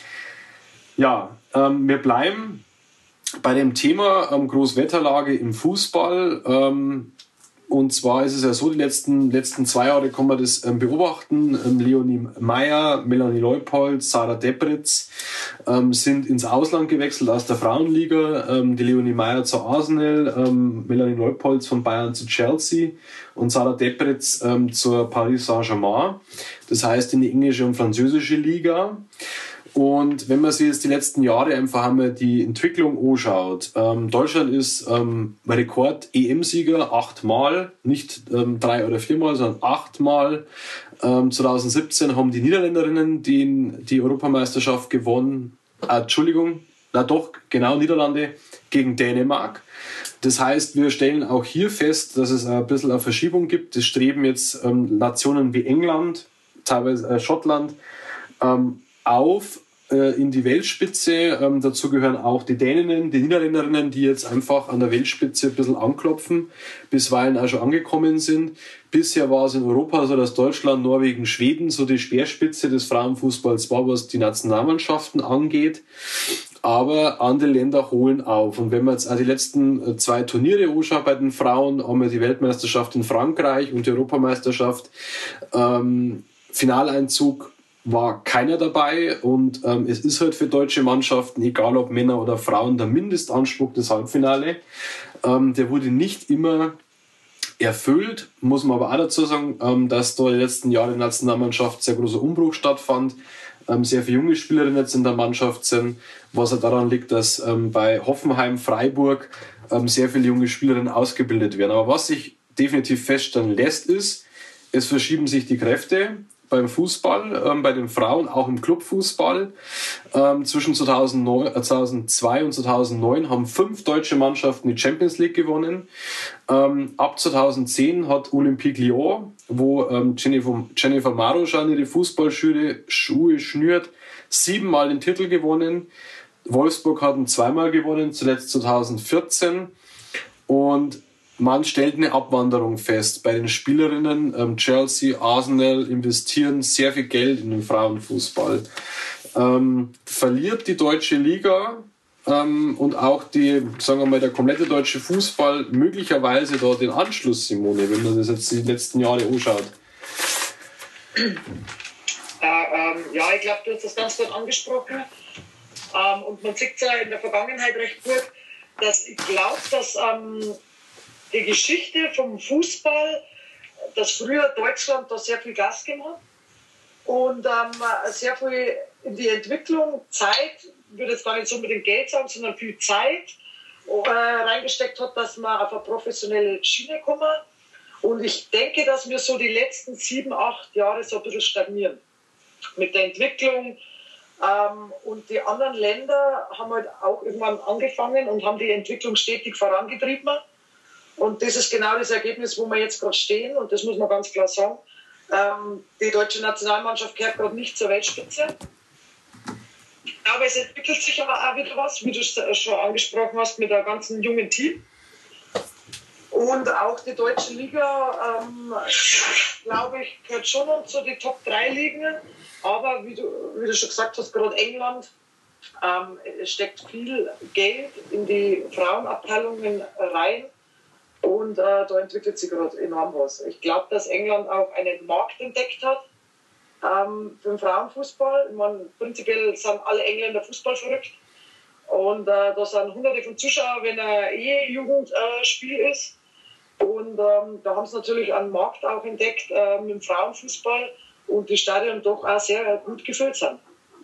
Ja, ähm, wir bleiben bei dem Thema ähm, Großwetterlage im Fußball. Ähm, Und zwar ist es ja so, die letzten, letzten zwei Jahre kann man das ähm, beobachten. Ähm, Leonie Meyer, Melanie Leupold, Sarah Debritz ähm, sind ins Ausland gewechselt aus der Frauenliga. Ähm, die Leonie Meyer zu Arsenal, ähm, Melanie Leupold von Bayern zu Chelsea und Sarah Debritz ähm, zur Paris Saint-Germain. Das heißt in die englische und französische Liga. Und wenn man sich jetzt die letzten Jahre einfach einmal die Entwicklung anschaut, ähm, Deutschland ist ähm, Rekord-E M-Sieger achtmal, nicht ähm, drei oder viermal, sondern achtmal. Ähm, zwanzig siebzehn haben die Niederländerinnen die, die Europameisterschaft gewonnen. Äh, Entschuldigung, na doch, genau, Niederlande gegen Dänemark. Das heißt, wir stellen auch hier fest, dass es ein bisschen eine Verschiebung gibt. Es streben jetzt ähm, Nationen wie England, teilweise äh, Schottland, ähm, auf äh, in die Weltspitze. Ähm, dazu gehören auch die Däninnen, die Niederländerinnen, die jetzt einfach an der Weltspitze ein bisschen anklopfen, bisweilen auch schon angekommen sind. Bisher war es in Europa so, dass Deutschland, Norwegen, Schweden so die Speerspitze des Frauenfußballs war, was die Nationalmannschaften angeht. Aber andere Länder holen auf. Und wenn man jetzt auch die letzten zwei Turniere anschaut bei den Frauen, haben wir die Weltmeisterschaft in Frankreich und die Europameisterschaft ähm, Finaleinzug war keiner dabei und ähm, es ist halt für deutsche Mannschaften, egal ob Männer oder Frauen, der Mindestanspruch des Halbfinale. Ähm, der wurde nicht immer erfüllt, muss man aber auch dazu sagen, ähm, dass da die letzten Jahre in der Nationalmannschaft sehr großer Umbruch stattfand. Ähm, sehr viele junge Spielerinnen jetzt in der Mannschaft sind, was auch daran liegt, dass ähm, bei Hoffenheim, Freiburg ähm, sehr viele junge Spielerinnen ausgebildet werden. Aber was sich definitiv feststellen lässt, ist, es verschieben sich die Kräfte beim Fußball, ähm, bei den Frauen, auch im Clubfußball. Ähm, zwischen zweitausendneun, äh, zweitausendzwei und zweitausendneun haben fünf deutsche Mannschaften die Champions League gewonnen. Ähm, ab zweitausendzehn hat Olympique Lyon, wo ähm, Jennifer, Jennifer Maruschan ihre Fußballschuhe Schuhe schnürt, siebenmal den Titel gewonnen. Wolfsburg hat ihn zweimal gewonnen, zuletzt zweitausendvierzehn. Und man stellt eine Abwanderung fest bei den Spielerinnen. Ähm, Chelsea, Arsenal investieren sehr viel Geld in den Frauenfußball. Ähm, verliert die deutsche Liga ähm, und auch die, sagen wir mal, der komplette deutsche Fußball möglicherweise da den Anschluss, Simone, wenn man das jetzt die letzten Jahre anschaut? Äh, ähm, ja, ich glaube, du hast das ganz gut angesprochen. Ähm, und man sieht es ja in der Vergangenheit recht gut, dass ich glaube, dass ähm, die Geschichte vom Fußball, dass früher Deutschland da sehr viel Gas gegeben hat und ähm, sehr viel in die Entwicklung, Zeit, ich würde jetzt gar nicht so mit dem Geld sagen, sondern viel Zeit äh, reingesteckt hat, dass man auf eine professionelle Schiene kommen. Und ich denke, dass wir so die letzten sieben, acht Jahre so ein bisschen stagnieren mit der Entwicklung. Ähm, und die anderen Länder haben halt auch irgendwann angefangen und haben die Entwicklung stetig vorangetrieben. Und das ist genau das Ergebnis, wo wir jetzt gerade stehen. Und das muss man ganz klar sagen. Ähm, die deutsche Nationalmannschaft gehört gerade nicht zur Weltspitze. Aber es entwickelt sich aber auch wieder was, wie du es schon angesprochen hast, mit einem ganzen jungen Team. Und auch die deutsche Liga, ähm, glaube ich, gehört schon zu den Top drei Ligen. Aber wie du, wie du schon gesagt hast, gerade England, ähm, es steckt viel Geld in die Frauenabteilungen rein. Und äh, da entwickelt sich gerade enorm was. Ich glaube, dass England auch einen Markt entdeckt hat ähm, für den Frauenfußball. Ich meine, prinzipiell sind alle Engländer Fußball verrückt. Und äh, da sind hunderte von Zuschauern, wenn ein E-Jugendspiel äh, ist. Und ähm, da haben sie natürlich einen Markt auch entdeckt äh, mit dem Frauenfußball und die Stadien doch auch sehr gut gefüllt sind.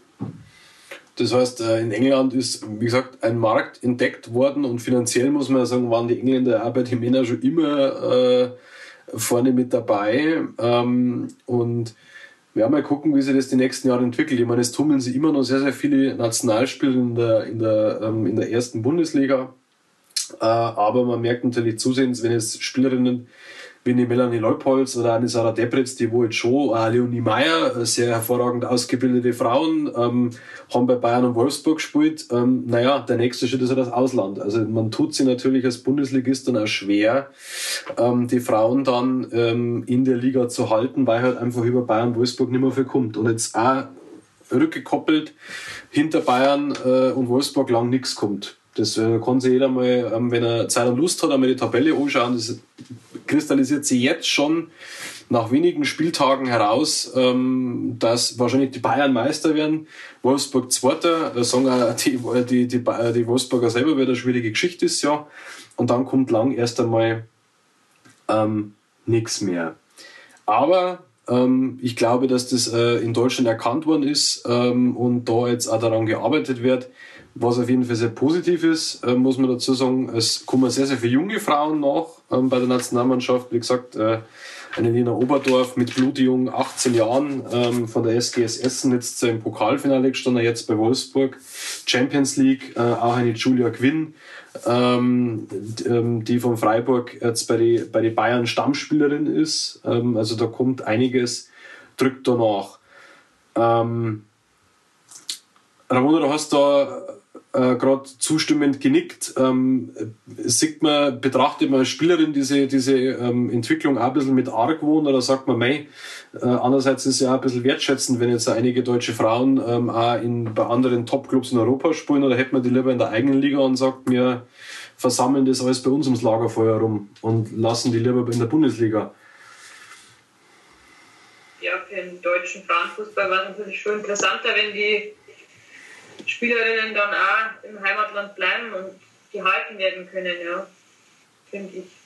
Das heißt, in England ist, wie gesagt, ein Markt entdeckt worden und finanziell muss man ja sagen, waren die Engländer auch bei den Männern schon immer äh, vorne mit dabei. Ähm, und wir werden mal gucken, wie sich das die nächsten Jahre entwickelt. Ich meine, es tummeln sich immer noch sehr, sehr viele Nationalspieler in der, in der, ähm, in der ersten Bundesliga. Äh, aber man merkt natürlich zusehends, wenn es Spielerinnen wie eine Melanie Leupolz oder eine Sarah Debretz, die wo jetzt schon, äh, Leonie Meyer, sehr hervorragend ausgebildete Frauen, ähm, haben bei Bayern und Wolfsburg gespielt. Ähm, naja, der nächste Schritt ist ja das Ausland. Also man tut sich natürlich als Bundesligist dann auch schwer, ähm, die Frauen dann ähm, in der Liga zu halten, weil halt einfach über Bayern und Wolfsburg nicht mehr viel kommt. Und jetzt auch rückgekoppelt hinter Bayern äh, und Wolfsburg lang nichts kommt. Das äh, kann sich jeder mal, ähm, wenn er Zeit und Lust hat, einmal die Tabelle anschauen. Das kristallisiert sich jetzt schon nach wenigen Spieltagen heraus, ähm, dass wahrscheinlich die Bayern Meister werden, Wolfsburg Zweiter. Da sagen auch die, die, die, die Wolfsburger selber, wieder eine schwierige Geschichte ist, ja. Und dann kommt lang erst einmal ähm, nichts mehr. Aber ähm, ich glaube, dass das äh, in Deutschland erkannt worden ist ähm, und da jetzt auch daran gearbeitet wird. Was auf jeden Fall sehr positiv ist, äh, muss man dazu sagen, es kommen sehr, sehr viele junge Frauen nach ähm, bei der Nationalmannschaft. Wie gesagt, äh, eine Lena Oberdorf mit blutjung achtzehn Jahren ähm, von der S G S Essen jetzt im Pokalfinale gestanden, jetzt bei Wolfsburg. Champions League, äh, auch eine Julia Quinn, ähm, die von Freiburg jetzt bei den bei die Bayern Stammspielerin ist. Ähm, also da kommt einiges, drückt danach. Ähm, Ramona, du hast da äh, gerade zustimmend genickt. Ähm, sieht man, betrachtet man als Spielerin diese, diese ähm, Entwicklung auch ein bisschen mit Argwohn oder sagt man, mei, äh, andererseits ist es ja auch ein bisschen wertschätzend, wenn jetzt einige deutsche Frauen ähm, auch in, bei anderen Top-Clubs in Europa spielen, oder hätte man die lieber in der eigenen Liga und sagt, wir versammeln das alles bei uns ums Lagerfeuer rum und lassen die lieber in der Bundesliga? Ja, für den deutschen Frauenfußball war es natürlich schon interessanter, wenn die Spielerinnen dann auch im Heimatland bleiben und gehalten werden können, ja, finde ich.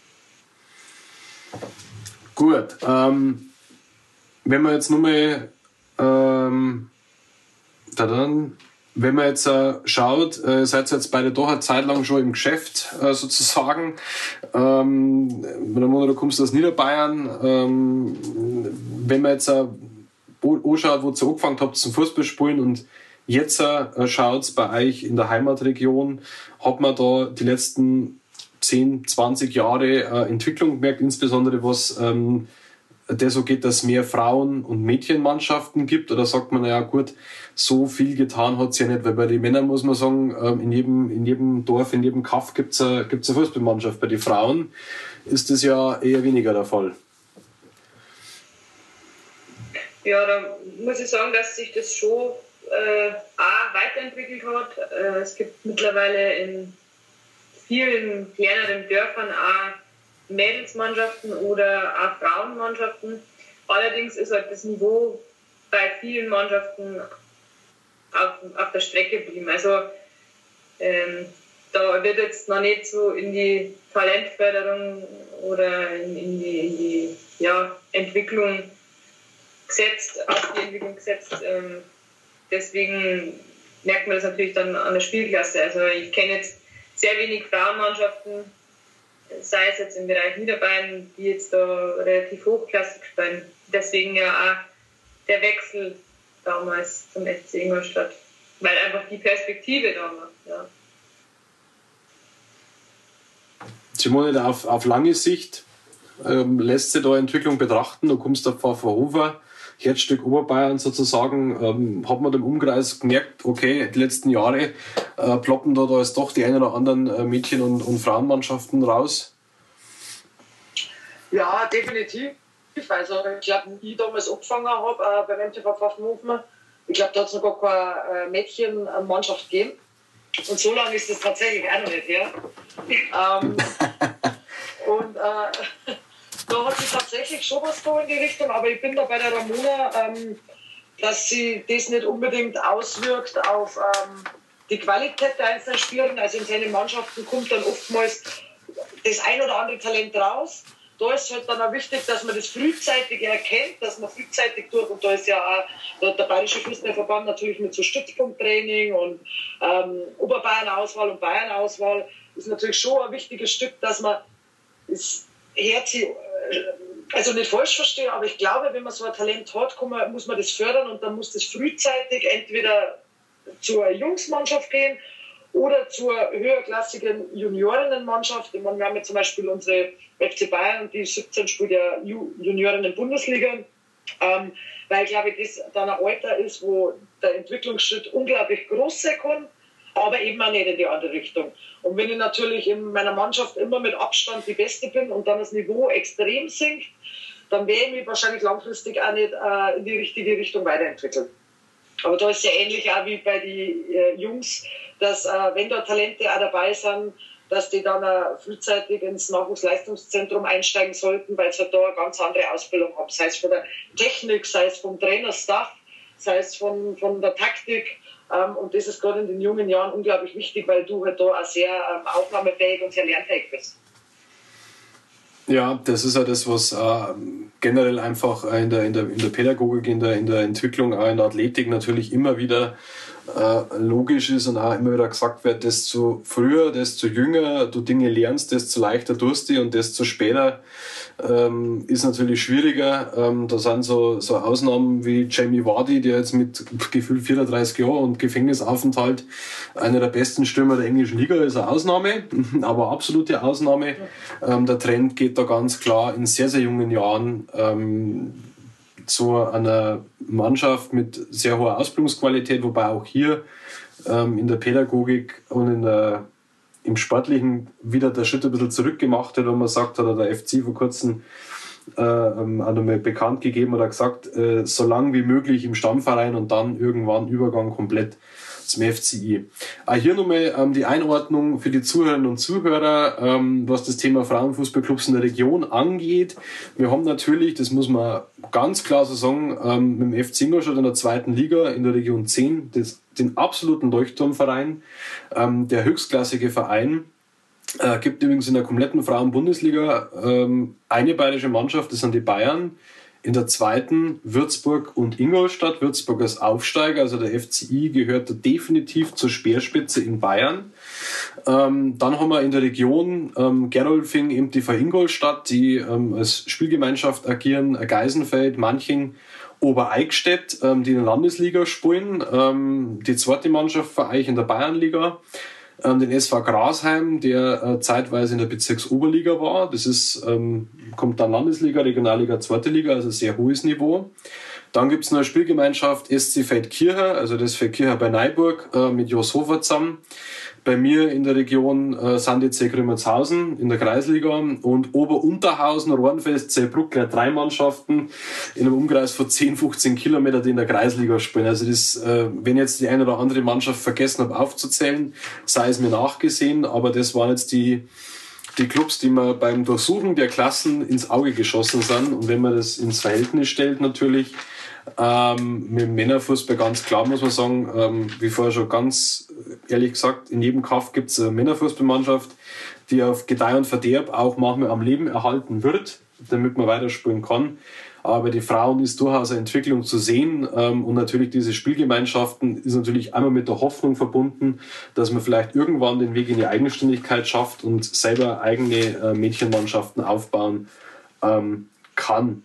Gut, ähm, wenn man jetzt nochmal ähm, da dann, wenn man jetzt äh, schaut, äh, seid ihr jetzt beide doch eine Zeit lang schon im Geschäft äh, sozusagen. Ähm, du kommst aus Niederbayern. Ähm, wenn man jetzt äh, anschaut, wo ihr angefangen habt zum Fußballspielen und jetzt äh, schaut bei euch in der Heimatregion, hat man da die letzten zehn, zwanzig Jahre äh, Entwicklung gemerkt, insbesondere was ähm, das so geht, dass es mehr Frauen- und Mädchenmannschaften gibt? Oder sagt man, naja gut, so viel getan hat es ja nicht, weil bei den Männern muss man sagen, ähm, in jedem, in jedem Dorf, in jedem Kaff gibt es eine, gibt's eine Fußballmannschaft. Bei den Frauen ist das ja eher weniger der Fall. Ja, da muss ich sagen, dass sich das schon äh, auch weiterentwickelt hat. Äh, es gibt mittlerweile in vielen kleineren Dörfern auch Mädelsmannschaften oder auch Frauenmannschaften. Allerdings ist halt das Niveau bei vielen Mannschaften auf, auf der Strecke geblieben. Also ähm, da wird jetzt noch nicht so in die Talentförderung oder in, in die, in die ja, Entwicklung gesetzt, auf die Entwicklung gesetzt. Ähm, deswegen merkt man das natürlich dann an der Spielklasse. Also ich kenne jetzt sehr wenig Frauenmannschaften, sei es jetzt im Bereich Niederbayern, die jetzt da relativ hochklassig spielen. Deswegen ja auch der Wechsel damals zum F C Ingolstadt, weil einfach die Perspektive da war. Ja. Simone, auf, auf lange Sicht ähm, lässt sich da Entwicklung betrachten. Du kommst auf Pfafferhofer, Herzstück Oberbayern sozusagen. Ähm, hat man im Umkreis gemerkt, okay, die letzten Jahre äh, ploppen da, da jetzt doch die ein oder anderen äh, Mädchen- und, und Frauenmannschaften raus? Ja, definitiv. Also ich glaube, wie ich damals angefangen habe äh, beim M T V Pfaffenhofen, ich glaube, da hat es noch gar keine äh, Mädchenmannschaft gegeben. Und so lange ist das tatsächlich auch noch nicht her. ähm, und äh, da hat sich tatsächlich schon was da in die Richtung, aber ich bin da bei der Ramona, ähm, dass sie das nicht unbedingt auswirkt auf ähm, die Qualität der einzelnen Spieler. Also in seinen Mannschaften kommt dann oftmals das ein oder andere Talent raus. Da ist halt dann auch wichtig, dass man das frühzeitig erkennt, dass man frühzeitig durch, und da ist ja auch der Bayerische Fußballverband natürlich mit so Stützpunkttraining und ähm, Oberbayern-Auswahl und Bayern-Auswahl ist natürlich schon ein wichtiges Stück, dass man das Herz, also nicht falsch verstehe, aber ich glaube, wenn man so ein Talent hat, man, muss man das fördern und dann muss das frühzeitig entweder zur Jungsmannschaft gehen oder zur höherklassigen Juniorinnenmannschaft. Ich meine, wir haben ja zum Beispiel unsere F C Bayern, die siebzehn spielt ja Juniorinnen-Bundesliga, ähm, weil, glaube ich, das dann ein Alter ist, wo der Entwicklungsschritt unglaublich groß sein kann, aber eben auch nicht in die andere Richtung. Und wenn ich natürlich in meiner Mannschaft immer mit Abstand die Beste bin und dann das Niveau extrem sinkt, dann werde ich mich wahrscheinlich langfristig auch nicht äh, in die richtige Richtung weiterentwickeln. Aber da ist es ja ähnlich auch wie bei den äh, Jungs, dass äh, wenn da Talente auch dabei sind, dass die dann äh, frühzeitig ins Nachwuchsleistungszentrum einsteigen sollten, weil sie halt da eine ganz andere Ausbildung haben. Sei es von der Technik, sei es vom Trainerstaff, sei es von, von der Taktik. Ähm, und das ist gerade in den jungen Jahren unglaublich wichtig, weil du halt da auch sehr ähm, aufnahmefähig und sehr lernfähig bist. Ja, das ist ja das, was äh, generell einfach in der, in, der, in der Pädagogik, in der, in der Entwicklung, auch in der Athletik natürlich immer wieder äh, logisch ist und auch immer wieder gesagt wird, desto früher, desto jünger du Dinge lernst, desto leichter tust du und desto später ähm, ist natürlich schwieriger. Ähm, da sind so, so Ausnahmen wie Jamie Vardy, der jetzt mit gefühlt vierunddreißig Jahren und Gefängnisaufenthalt einer der besten Stürmer der englischen Liga ist, eine Ausnahme, aber absolute Ausnahme. Ähm, der Trend geht da ganz klar in sehr, sehr jungen Jahren ähm, zu einer Mannschaft mit sehr hoher Ausbildungsqualität, wobei auch hier ähm, in der Pädagogik und in der, im Sportlichen wieder der Schritt ein bisschen zurückgemacht hat, wo man sagt, hat der F C vor kurzem äh, ähm, auch nochmal bekannt gegeben oder gesagt, äh, so lang wie möglich im Stammverein und dann irgendwann Übergang komplett zum F C I. Auch hier nochmal ähm, die Einordnung für die Zuhörerinnen und Zuhörer, ähm, was das Thema Frauenfußballclubs in der Region angeht. Wir haben natürlich, das muss man ganz klar so sagen, ähm, mit dem F C Ingolstadt in der zweiten Liga in der Region zehn das, den absoluten Leuchtturmverein, ähm, der höchstklassige Verein. Äh, gibt übrigens in der kompletten Frauen-Bundesliga ähm, eine bayerische Mannschaft, das sind die Bayern. In der zweiten Würzburg und Ingolstadt. Würzburg als Aufsteiger, also der F C I gehört da definitiv zur Speerspitze in Bayern. Ähm, dann haben wir in der Region ähm, Gerolfing, M T V Ingolstadt, die ähm, als Spielgemeinschaft agieren, Geisenfeld, Manching, Obereichstätt, ähm, die in der Landesliga spielen. Ähm, die zweite Mannschaft für euch in der Bayernliga. Den S V Grasheim, der äh, zeitweise in der Bezirksoberliga war. Das ist, ähm, kommt dann Landesliga, Regionalliga, zweite Liga, also sehr hohes Niveau. Dann gibt es noch eine Spielgemeinschaft S C Feldkirchen, also das Feldkirchen bei Neuburg äh, mit Jos Hofer zusammen. Bei mir in der Region äh, sind die C Grimmelshausen in der Kreisliga und Oberunterhausen, Rohrenfest, Zellbruck, gleich drei Mannschaften in einem Umkreis von zehn, fünfzehn Kilometer, die in der Kreisliga spielen. Also das, äh, wenn jetzt die eine oder andere Mannschaft vergessen habe aufzuzählen, sei es mir nachgesehen, aber das waren jetzt die, die Clubs, die mir beim Durchsuchen der Klassen ins Auge geschossen sind. Und wenn man das ins Verhältnis stellt natürlich, Ähm, mit dem Männerfußball ganz klar muss man sagen, ähm, wie vorher schon ganz ehrlich gesagt, in jedem Kaff gibt es eine Männerfußballmannschaft, die auf Gedeih und Verderb auch manchmal am Leben erhalten wird, damit man weiterspielen kann. Aber bei den Frauen ist durchaus eine Entwicklung zu sehen ähm, und natürlich diese Spielgemeinschaften ist natürlich einmal mit der Hoffnung verbunden, dass man vielleicht irgendwann den Weg in die Eigenständigkeit schafft und selber eigene äh, Mädchenmannschaften aufbauen ähm, kann.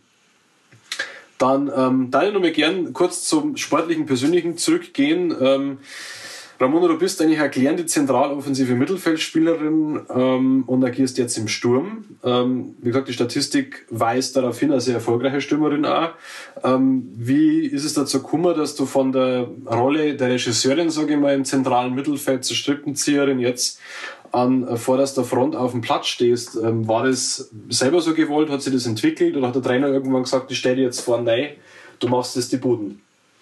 Dann ähm, da ich noch mal gern kurz zum sportlichen Persönlichen zurückgehen. Ähm, Ramona, du bist eigentlich eine erklärende zentraloffensive Mittelfeldspielerin ähm, und agierst jetzt im Sturm. Ähm, wie gesagt, die Statistik weist darauf hin, als sehr erfolgreiche Stürmerin auch. Ähm, wie ist es dazu gekommen, dass du von der Rolle der Regisseurin, sage ich mal, im zentralen Mittelfeld zur Strippenzieherin jetzt an vorderster Front auf dem Platz stehst? Ähm, war das selber so gewollt? Hat sich das entwickelt? Oder hat der Trainer irgendwann gesagt, ich stelle dir jetzt vor, nein, du machst jetzt die Buden?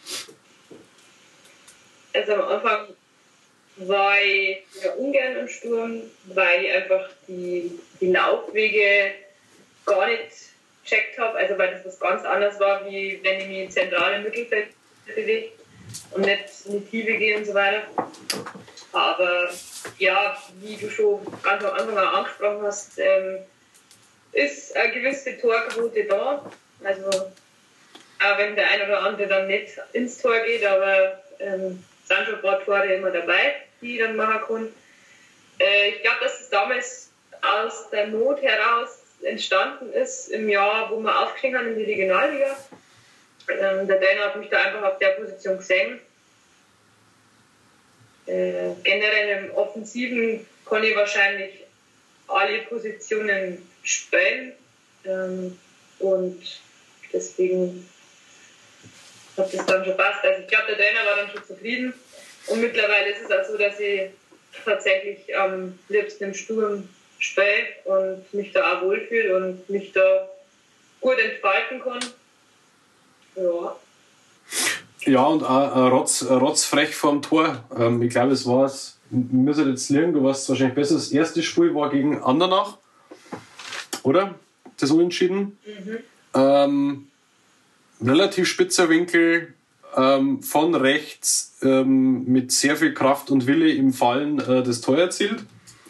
Also am Anfang war ich ja ungern im Sturm, weil ich einfach die, die Laufwege gar nicht gecheckt habe. Also weil das was ganz anderes war, wie wenn ich mich zentral im Mittelfeld bewege und nicht in die Tiefe gehe und so weiter. Aber ja, wie du schon ganz am Anfang auch angesprochen hast, ähm, ist eine gewisse Torquote da. Also auch wenn der ein oder andere dann nicht ins Tor geht, aber ähm, sind schon ein paar Tore immer dabei, die ich dann machen kann. Äh, ich glaube, dass es damals aus der Not heraus entstanden ist, im Jahr, wo wir aufgestiegen haben in die Regionalliga. Ähm, der Trainer hat mich da einfach auf der Position gesehen. Äh, generell im Offensiven kann ich wahrscheinlich alle Positionen spielen. Ähm, und deswegen hat das dann schon passt. Also ich glaube, der Trainer war dann schon zufrieden. Und mittlerweile ist es auch so, dass ich tatsächlich am liebsten im Sturm spiele und mich da auch wohlfühle und mich da gut entfalten kann. Ja. Ja, und auch äh, rotz, rotzfrech vorm Tor. Ähm, ich glaube, es war es, mir soll jetzt liegen, du warst wahrscheinlich besser. Das erste Spiel war gegen Andernach, oder? Das Unentschieden. Mhm. Ähm, relativ spitzer Winkel, ähm, von rechts, ähm, mit sehr viel Kraft und Wille im Fallen äh, das Tor erzielt.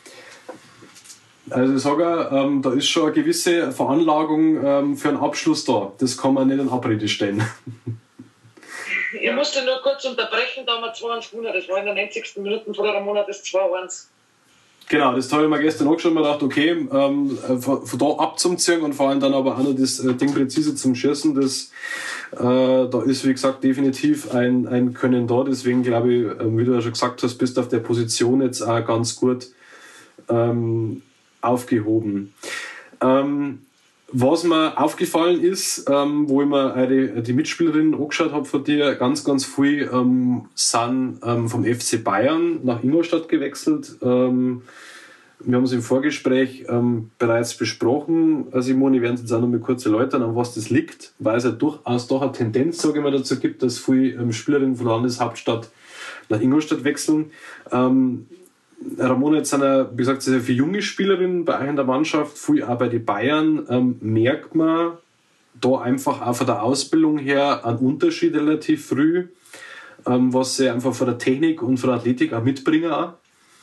Also ich sage, ähm, da ist schon eine gewisse Veranlagung ähm, für einen Abschluss da. Das kann man nicht in Abrede stellen. Ich musste nur kurz unterbrechen, da haben wir zwei eins gewonnen. Das war in den neunzigsten Minuten vor einem Monat das zwei eins. Genau, das habe ich mir gestern auch schon mal gedacht, okay, ähm, von, von da abzuziehen und vor allem dann aber auch noch das äh, Ding präzise zum Schießen, das, äh, da ist wie gesagt definitiv ein, ein Können da. Deswegen glaube ich, äh, wie du ja schon gesagt hast, bist du auf der Position jetzt auch ganz gut ähm, aufgehoben. Ähm, Was mir aufgefallen ist, ähm, wo ich mir die, die Mitspielerinnen angeschaut habe von dir, ganz, ganz viel ähm, sind ähm, vom F C Bayern nach Ingolstadt gewechselt. Ähm, wir haben es im Vorgespräch ähm, bereits besprochen. Also Simone, wir werden jetzt auch noch mal kurz erläutern, an was das liegt, weil es ja durchaus doch eine Tendenz, sage ich mal, dazu gibt, dass viele ähm, Spielerinnen von der Landeshauptstadt nach Ingolstadt wechseln. Ähm, Ramona, jetzt sind ja, wie gesagt, sehr viele junge Spielerinnen bei euch in der Mannschaft, viel auch bei den Bayern. Ähm, merkt man da einfach auch von der Ausbildung her einen Unterschied relativ früh, ähm, was sie einfach von der Technik und von der Athletik auch mitbringen? Auch?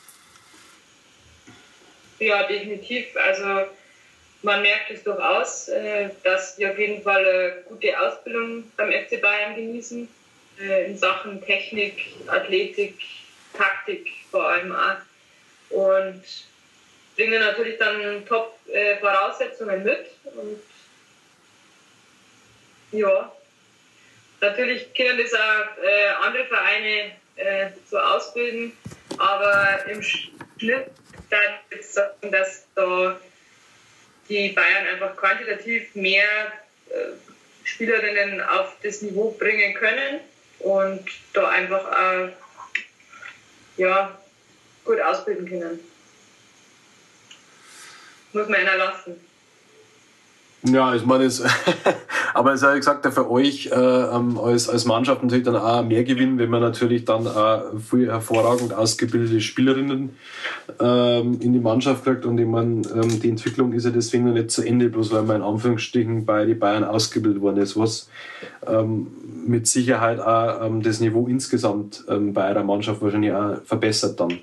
Ja, definitiv. Also man merkt es durchaus, äh, dass die auf jeden Fall eine gute Ausbildung beim F C Bayern genießen, äh, in Sachen Technik, Athletik, Taktik vor allem auch. Und bringen natürlich dann Top-Voraussetzungen mit. Und ja, natürlich können das auch äh, andere Vereine äh, so ausbilden, aber im Schnitt darf ich sagen, dass da die Bayern einfach quantitativ mehr äh, Spielerinnen auf das Niveau bringen können und da einfach auch ja, gut ausbilden können. Muss man einer lassen. Ja, ich meine, es, aber es ist ja gesagt, für euch äh, als, als Mannschaft natürlich dann auch mehr Gewinn, wenn man natürlich dann auch viel hervorragend ausgebildete Spielerinnen ähm, in die Mannschaft kriegt. Und ich meine, ähm, die Entwicklung ist ja deswegen noch nicht zu Ende, bloß weil man in Anführungsstrichen bei den Bayern ausgebildet worden ist, was ähm, mit Sicherheit auch ähm, das Niveau insgesamt ähm, bei eurer Mannschaft wahrscheinlich auch verbessert dann.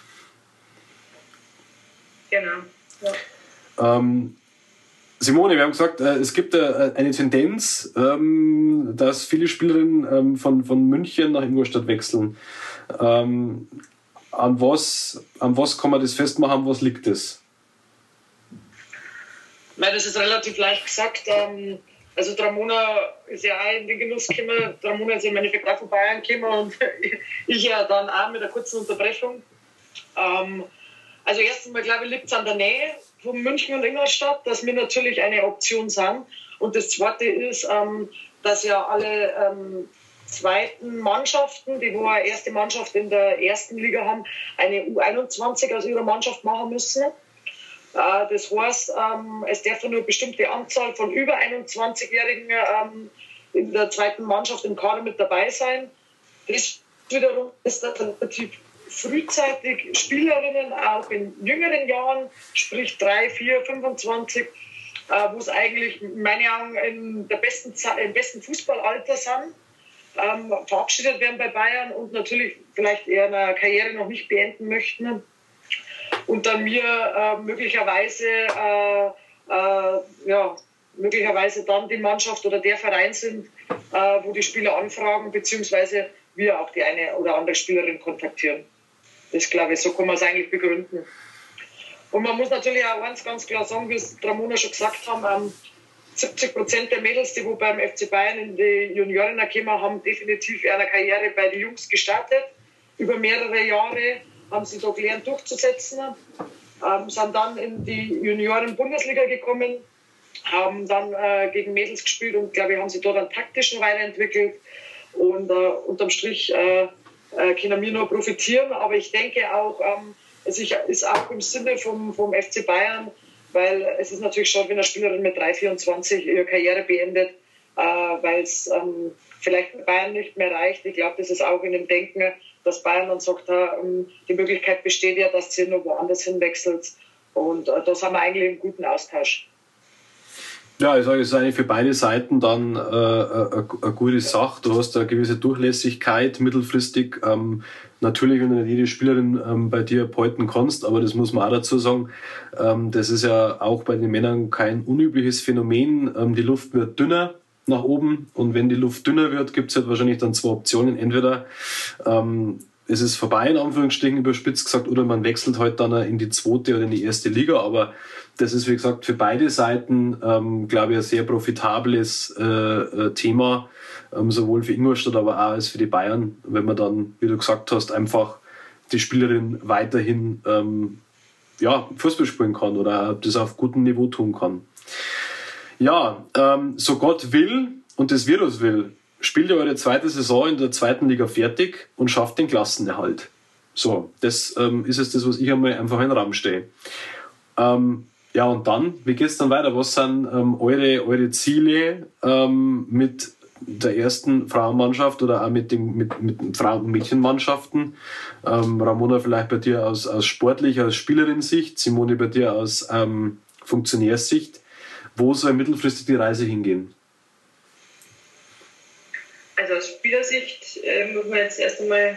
Genau, ja. Ähm, Simone, wir haben gesagt, es gibt eine Tendenz, dass viele Spielerinnen von, von München nach Ingolstadt wechseln. An was, an was kann man das festmachen, an was liegt das? Das ist relativ leicht gesagt. Also Ramona ist ja auch in den Genuss gekommen. Ramona ist ja im Endeffekt auch von Bayern gekommen und ich ja dann auch mit einer kurzen Unterbrechung. Also erstens mal, glaube ich, liegt es an der Nähe von München und Ingolstadt, dass wir natürlich eine Option sind. Und das Zweite ist, ähm, dass ja alle ähm, zweiten Mannschaften, die wo eine erste Mannschaft in der ersten Liga haben, eine U einundzwanzig aus ihrer Mannschaft machen müssen. Äh, das heißt, ähm, es darf nur eine bestimmte Anzahl von über einundzwanzigjährigen ähm, in der zweiten Mannschaft im Kader mit dabei sein. Das wiederum ist dann relativ frühzeitig Spielerinnen, auch in jüngeren Jahren, sprich drei, vier, fünfundzwanzig, äh, wo es eigentlich in meinen Augen in der besten, im besten Fußballalter sind, ähm, verabschiedet werden bei Bayern und natürlich vielleicht eher eine Karriere noch nicht beenden möchten. Und dann mir äh, möglicherweise, äh, äh, ja, möglicherweise dann die Mannschaft oder der Verein sind, äh, wo die Spieler anfragen, beziehungsweise wir auch die eine oder andere Spielerin kontaktieren. Das glaube ich, so kann man es eigentlich begründen. Und man muss natürlich auch eins ganz klar sagen, wie es Ramona schon gesagt haben, ähm, siebzig Prozent der Mädels, die wo beim F C Bayern in die Junioren gekommen haben, definitiv eine Karriere bei den Jungs gestartet. Über mehrere Jahre haben sie da gelernt durchzusetzen, ähm, sind dann in die Junioren-Bundesliga gekommen, haben dann äh, gegen Mädels gespielt und glaube ich, haben sie dort einen taktischen weiterentwickelt. Und äh, unterm Strich äh, äh, können wir nur profitieren. Aber ich denke auch, ähm, es ist auch im Sinne vom, vom F C Bayern, weil es ist natürlich schon, wenn eine Spielerin mit drei vierundzwanzig ihre Karriere beendet, äh, weil es ähm, vielleicht bei Bayern nicht mehr reicht. Ich glaube, das ist auch in dem Denken, dass Bayern dann sagt, äh, die Möglichkeit besteht ja, dass sie noch woanders hinwechselt. Und äh, da sind wir eigentlich im guten Austausch. Ja, ich sage, es ist eigentlich für beide Seiten dann äh, eine gute Sache. Du hast eine gewisse Durchlässigkeit mittelfristig. Ähm, natürlich, wenn du nicht jede Spielerin ähm, bei dir behalten kannst, aber das muss man auch dazu sagen, ähm, das ist ja auch bei den Männern kein unübliches Phänomen. Ähm, die Luft wird dünner nach oben und wenn die Luft dünner wird, gibt es halt wahrscheinlich dann zwei Optionen. Entweder ähm, es ist vorbei, in Anführungsstrichen überspitzt gesagt, oder man wechselt halt dann in die zweite oder in die erste Liga, aber das ist, wie gesagt, für beide Seiten, ähm, glaube ich, ein sehr profitables äh, Thema, ähm, sowohl für Ingolstadt, aber auch als für die Bayern, wenn man dann, wie du gesagt hast, einfach die Spielerin weiterhin ähm, ja, Fußball spielen kann oder das auf gutem Niveau tun kann. Ja, ähm, so Gott will und das Virus will, spielt ihr eure zweite Saison in der zweiten Liga fertig und schafft den Klassenerhalt. So, das ähm, ist jetzt das, was ich einmal einfach in den Raum stehe. Ähm, Ja, und dann, wie geht es dann weiter? Was sind ähm, eure, eure Ziele ähm, mit der ersten Frauenmannschaft oder auch mit den mit, mit Frauen- und Mädchenmannschaften. Ähm, Ramona, vielleicht bei dir aus, aus sportlicher, aus Spielerin-Sicht, Simone bei dir aus ähm, Funktionärssicht. Wo soll mittelfristig die Reise hingehen? Also aus Spielersicht äh, muss man jetzt erst einmal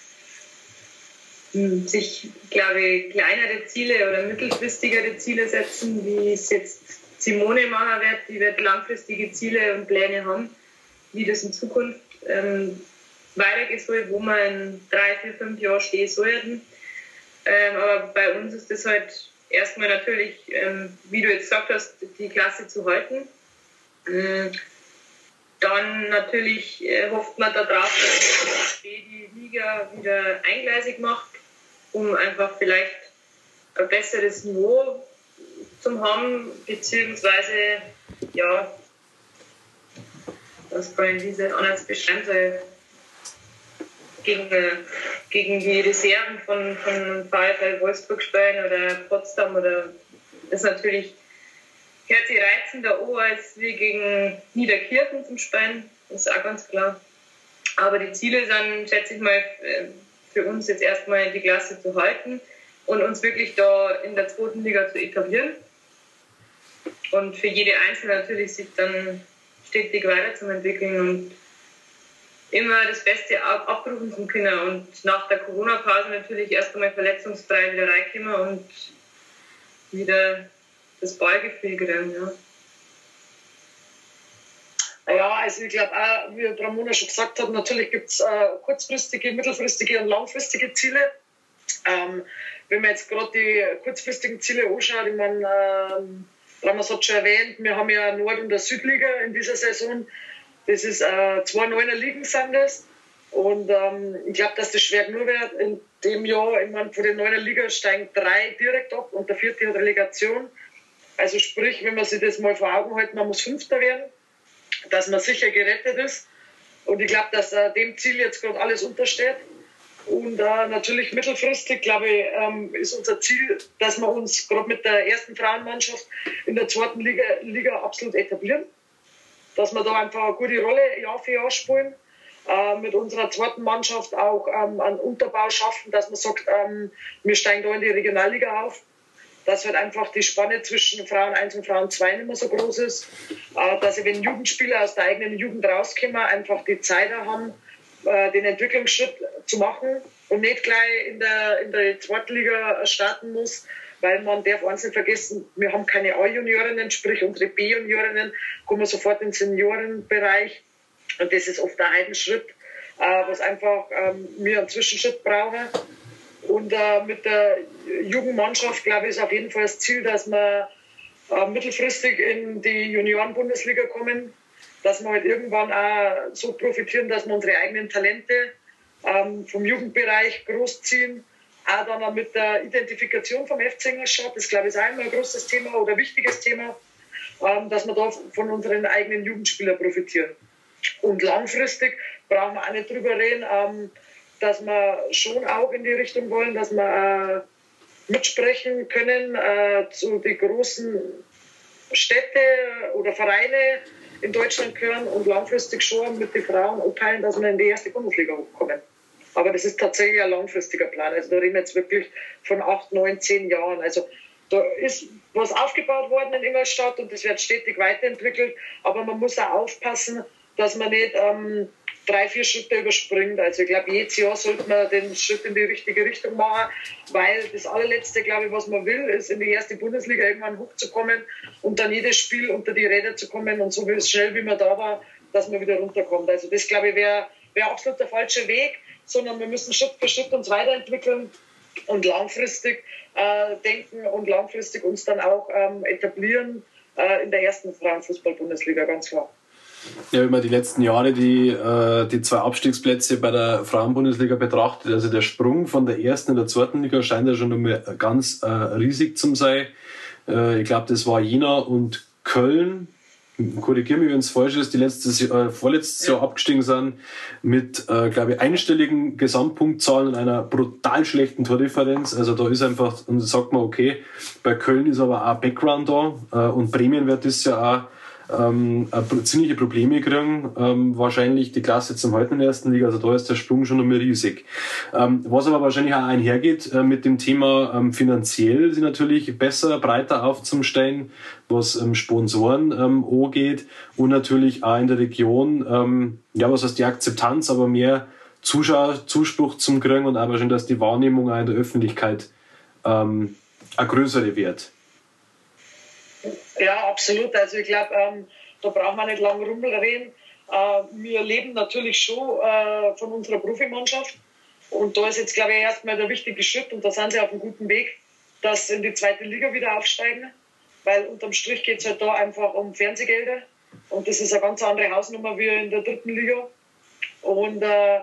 mh, sich, glaube ich, kleinere Ziele oder mittelfristigere Ziele setzen, wie es jetzt Simone machen wird. Die wird langfristige Ziele und Pläne haben, wie das in Zukunft ähm, weitergehen soll, wo wir in drei, vier, fünf Jahren stehen sollten. Ähm, aber bei uns ist das halt erstmal natürlich, ähm, wie du jetzt gesagt hast, die Klasse zu halten. Ähm, dann natürlich äh, hofft man darauf, dass die Liga wieder eingleisig macht, um einfach vielleicht ein besseres Niveau zu haben, beziehungsweise, ja, das kann ich diese anders beschreiben soll, gegen, gegen die Reserven von, von VfL Wolfsburg spielen oder Potsdam oder das ist natürlich hört sich reizender an als wie gegen Niederkirchen zum Spielen, das ist auch ganz klar. Aber die Ziele sind, schätze ich mal, für uns jetzt erstmal die Klasse zu halten und uns wirklich da in der zweiten Liga zu etablieren. Und für jede Einzelne natürlich sich dann stetig weiterzuentwickeln und immer das Beste abrufen zu können. Und nach der Corona-Pause natürlich erst einmal verletzungsfrei wieder reinkommen und wieder das Ballgefühl kriegen, ja. Ja, also ich glaube auch, wie Ramona schon gesagt hat, natürlich gibt es äh, kurzfristige, mittelfristige und langfristige Ziele. Ähm, wenn man jetzt gerade die kurzfristigen Ziele anschaut, ich meine, äh, Ramos hat schon erwähnt, wir haben ja Nord- und der Südliga in dieser Saison. Das ist äh, zwei neuner Ligen sind das. Und ähm, ich glaube, dass das schwer genug wird. In dem Jahr, ich meine, von den neuner Liga steigen drei direkt ab und der vierte hat Relegation. Also sprich, wenn man sich das mal vor Augen hält, man muss Fünfter werden, dass man sicher gerettet ist. Und ich glaube, dass äh, dem Ziel jetzt gerade alles untersteht. Und äh, natürlich mittelfristig, glaube ich, ähm, ist unser Ziel, dass wir uns gerade mit der ersten Frauenmannschaft in der zweiten Liga, Liga absolut etablieren. Dass wir da einfach eine gute Rolle Jahr für Jahr spielen. Äh, mit unserer zweiten Mannschaft auch ähm, einen Unterbau schaffen, dass man sagt, ähm, wir steigen da in die Regionalliga auf. Dass halt einfach die Spanne zwischen Frauen eins und Frauen zwei nicht mehr so groß ist. Äh, dass sie, wenn Jugendspieler aus der eigenen Jugend rauskommen, einfach die Zeit haben, äh, den Entwicklungsschritt zu machen und nicht gleich in der, in der zweiten Liga starten muss. Weil man darf eins nicht vergessen, wir haben keine A-Juniorinnen, sprich unsere B-Juniorinnen kommen sofort in den Seniorenbereich. Und das ist oft ein Heidenschritt, äh, was einfach ähm, wir einen Zwischenschritt brauchen. Und äh, mit der Jugendmannschaft, glaube ich, ist auf jeden Fall das Ziel, dass wir äh, mittelfristig in die Junioren-Bundesliga kommen, dass wir halt irgendwann auch so profitieren, dass wir unsere eigenen Talente ähm, vom Jugendbereich großziehen. Auch dann auch mit der Identifikation vom F C Ingolstadt, das glaube ich ist auch immer ein großes Thema oder ein wichtiges Thema, ähm, dass wir da von unseren eigenen Jugendspielern profitieren. Und langfristig brauchen wir auch nicht drüber reden, ähm, dass wir schon auch in die Richtung wollen, dass wir äh, mitsprechen können äh, zu den großen Städte oder Vereine in Deutschland gehören und langfristig schon mit den Frauen aufteilen, dass wir in die erste Bundesliga hochkommen. Aber das ist tatsächlich ein langfristiger Plan. Also da reden wir jetzt wirklich von acht, neun, zehn Jahren. Also da ist was aufgebaut worden in Ingolstadt und das wird stetig weiterentwickelt. Aber man muss auch aufpassen, dass man nicht ähm, drei, vier Schritte überspringt. Also ich glaube, jedes Jahr sollte man den Schritt in die richtige Richtung machen, weil das allerletzte, glaube ich, was man will, ist in die erste Bundesliga irgendwann hochzukommen und dann jedes Spiel unter die Räder zu kommen und so schnell, wie man da war, dass man wieder runterkommt. Also das, glaube ich, wäre wär absolut der falsche Weg, sondern wir müssen Schritt für Schritt uns weiterentwickeln und langfristig äh, denken und langfristig uns dann auch ähm, etablieren äh, in der ersten Frauenfußball-Bundesliga, ganz klar. Ja, wenn man die letzten Jahre die, äh, die zwei Abstiegsplätze bei der Frauenbundesliga betrachtet, also der Sprung von der ersten in der zweiten Liga scheint ja schon einmal ganz äh, riesig zu sein. Äh, ich glaube, das war Jena und Köln. Korrigiere mich, wenn es falsch ist, die letztes, äh, vorletztes ja. Jahr abgestiegen sind mit, äh, glaube ich, einstelligen Gesamtpunktzahlen und einer brutal schlechten Tordifferenz. Also da ist einfach, und da sagt man, okay, bei Köln ist aber auch Background da äh, und Bremen wird das ja auch ähm, ziemliche Probleme kriegen, ähm, wahrscheinlich die Klasse zum halten in der ersten Liga. Also da ist der Sprung schon einmal riesig. Ähm, was aber wahrscheinlich auch einhergeht äh, mit dem Thema ähm, finanziell, sie natürlich besser, breiter aufzustellen, was ähm, Sponsoren ähm, angeht und natürlich auch in der Region, ähm, ja, was heißt die Akzeptanz, aber mehr Zuschauer, Zuspruch zum kriegen und auch wahrscheinlich, dass die Wahrnehmung auch in der Öffentlichkeit ähm, eine größere wird. Ja, absolut. Also ich glaube, ähm, da braucht man nicht lange rumreden. Äh, wir leben natürlich schon äh, von unserer Profimannschaft. Und da ist jetzt, glaube ich, erstmal der wichtige Schritt, und da sind sie auf einem guten Weg, dass sie in die zweite Liga wieder aufsteigen. Weil unterm Strich geht es halt da einfach um Fernsehgelder. Und das ist eine ganz andere Hausnummer wie in der dritten Liga. Und äh,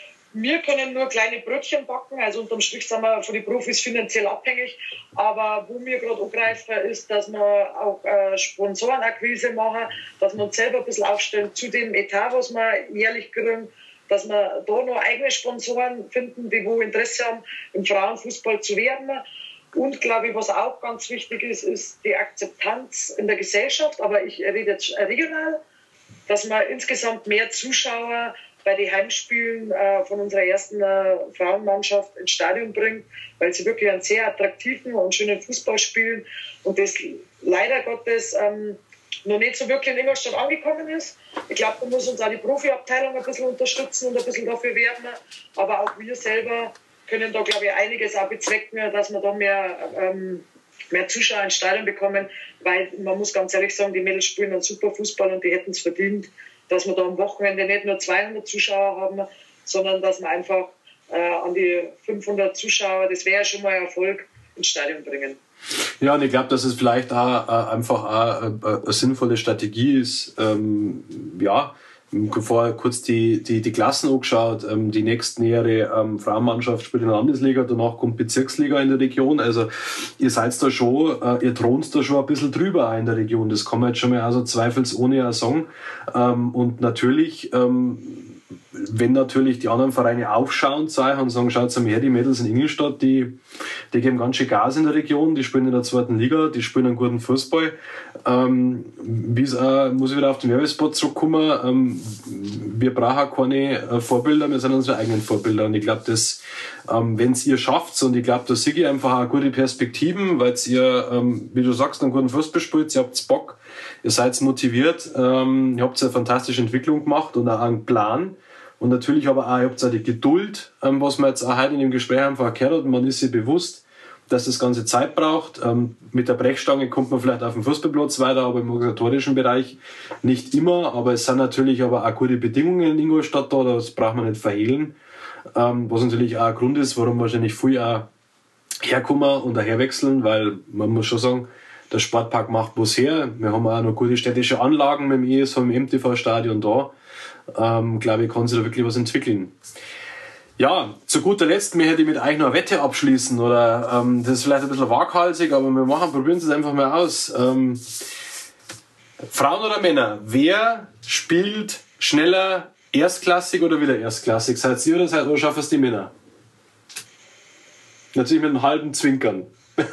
wir können nur kleine Brötchen backen, also unterm Strich sind wir von den Profis finanziell abhängig. Aber wo wir gerade angreifen, ist, dass wir auch äh, Sponsorenakquise machen, dass wir uns selber ein bisschen aufstellen zu dem Etat, was wir jährlich kriegen, dass wir da noch eigene Sponsoren finden, die wo Interesse haben, im Frauenfußball zu werden. Und glaube ich, was auch ganz wichtig ist, ist die Akzeptanz in der Gesellschaft, aber ich rede jetzt regional, dass wir insgesamt mehr Zuschauer bei den Heimspielen äh, von unserer ersten äh, Frauenmannschaft ins Stadion bringt, weil sie wirklich einen sehr attraktiven und schönen Fußball spielen und das leider Gottes ähm, noch nicht so wirklich in Ingolstadt angekommen ist. Ich glaube, da muss uns auch die Profiabteilung ein bisschen unterstützen und ein bisschen dafür werben, aber auch wir selber können da, glaube ich, einiges auch bezwecken, dass wir da mehr, ähm, mehr Zuschauer ins Stadion bekommen, weil man muss ganz ehrlich sagen, die Mädels spielen einen super Fußball und die hätten es verdient, dass wir da am Wochenende nicht nur zweihundert Zuschauer haben, sondern dass wir einfach äh, an die fünfhundert Zuschauer, das wäre schon mal ein Erfolg, ins Stadion bringen. Ja, und ich glaube, dass es vielleicht auch äh, einfach auch, äh, eine sinnvolle Strategie ist. Ähm, ja, vorher kurz die, die, die Klassen angeschaut. Ähm, die nächstnähere ähm, Frauenmannschaft spielt in der Landesliga, danach kommt Bezirksliga in der Region. Also ihr seid da schon, äh, ihr thront da schon ein bisschen drüber auch in der Region. Das kann man jetzt schon mal also zweifelsohne auch sagen. Ähm, und natürlich, ähm, wenn natürlich die anderen Vereine aufschauend sein und sagen, schaut mal her, die Mädels in Ingolstadt, die, die geben ganz schön Gas in der Region, die spielen in der zweiten Liga, die spielen einen guten Fußball. Ähm, wie's, äh, muss ich wieder auf den Werbespot zurückkommen, ähm, wir brauchen keine äh, Vorbilder, wir sind unsere eigenen Vorbilder und ich glaube, dass ähm, wenn es ihr schafft und ich glaube, da sehe ich einfach auch gute Perspektiven, weil ihr, ähm, wie du sagst, einen guten Fußball spielt, ihr habt Bock, ihr seid motiviert, ähm, ihr habt eine fantastische Entwicklung gemacht und auch einen Plan. Und natürlich aber auch, ihr habt auch die Geduld, ähm, was man jetzt auch heute in dem Gespräch einfach gehört hat. Man ist sich bewusst, dass das Ganze Zeit braucht. Ähm, mit der Brechstange kommt man vielleicht auf dem Fußballplatz weiter, aber im organisatorischen Bereich nicht immer. Aber es sind natürlich aber auch gute Bedingungen in Ingolstadt da, das braucht man nicht verhehlen. Ähm, was natürlich auch ein Grund ist, warum wahrscheinlich viele auch herkommen und daherwechseln, weil man muss schon sagen, der Sportpark macht was her. Wir haben auch noch gute städtische Anlagen mit dem E S V, im M T V-Stadion da. Ähm, glaube ich, kann sich da wirklich was entwickeln. Ja, zu guter Letzt möchte ich mit euch noch eine Wette abschließen. Oder ähm, das ist vielleicht ein bisschen waghalsig, aber wir machen, probieren es einfach mal aus. Ähm, Frauen oder Männer, wer spielt schneller erstklassig oder wieder erstklassig? Seid ihr oder, seid, oder schaffen es die Männer? Natürlich mit einem halben Zwinkern.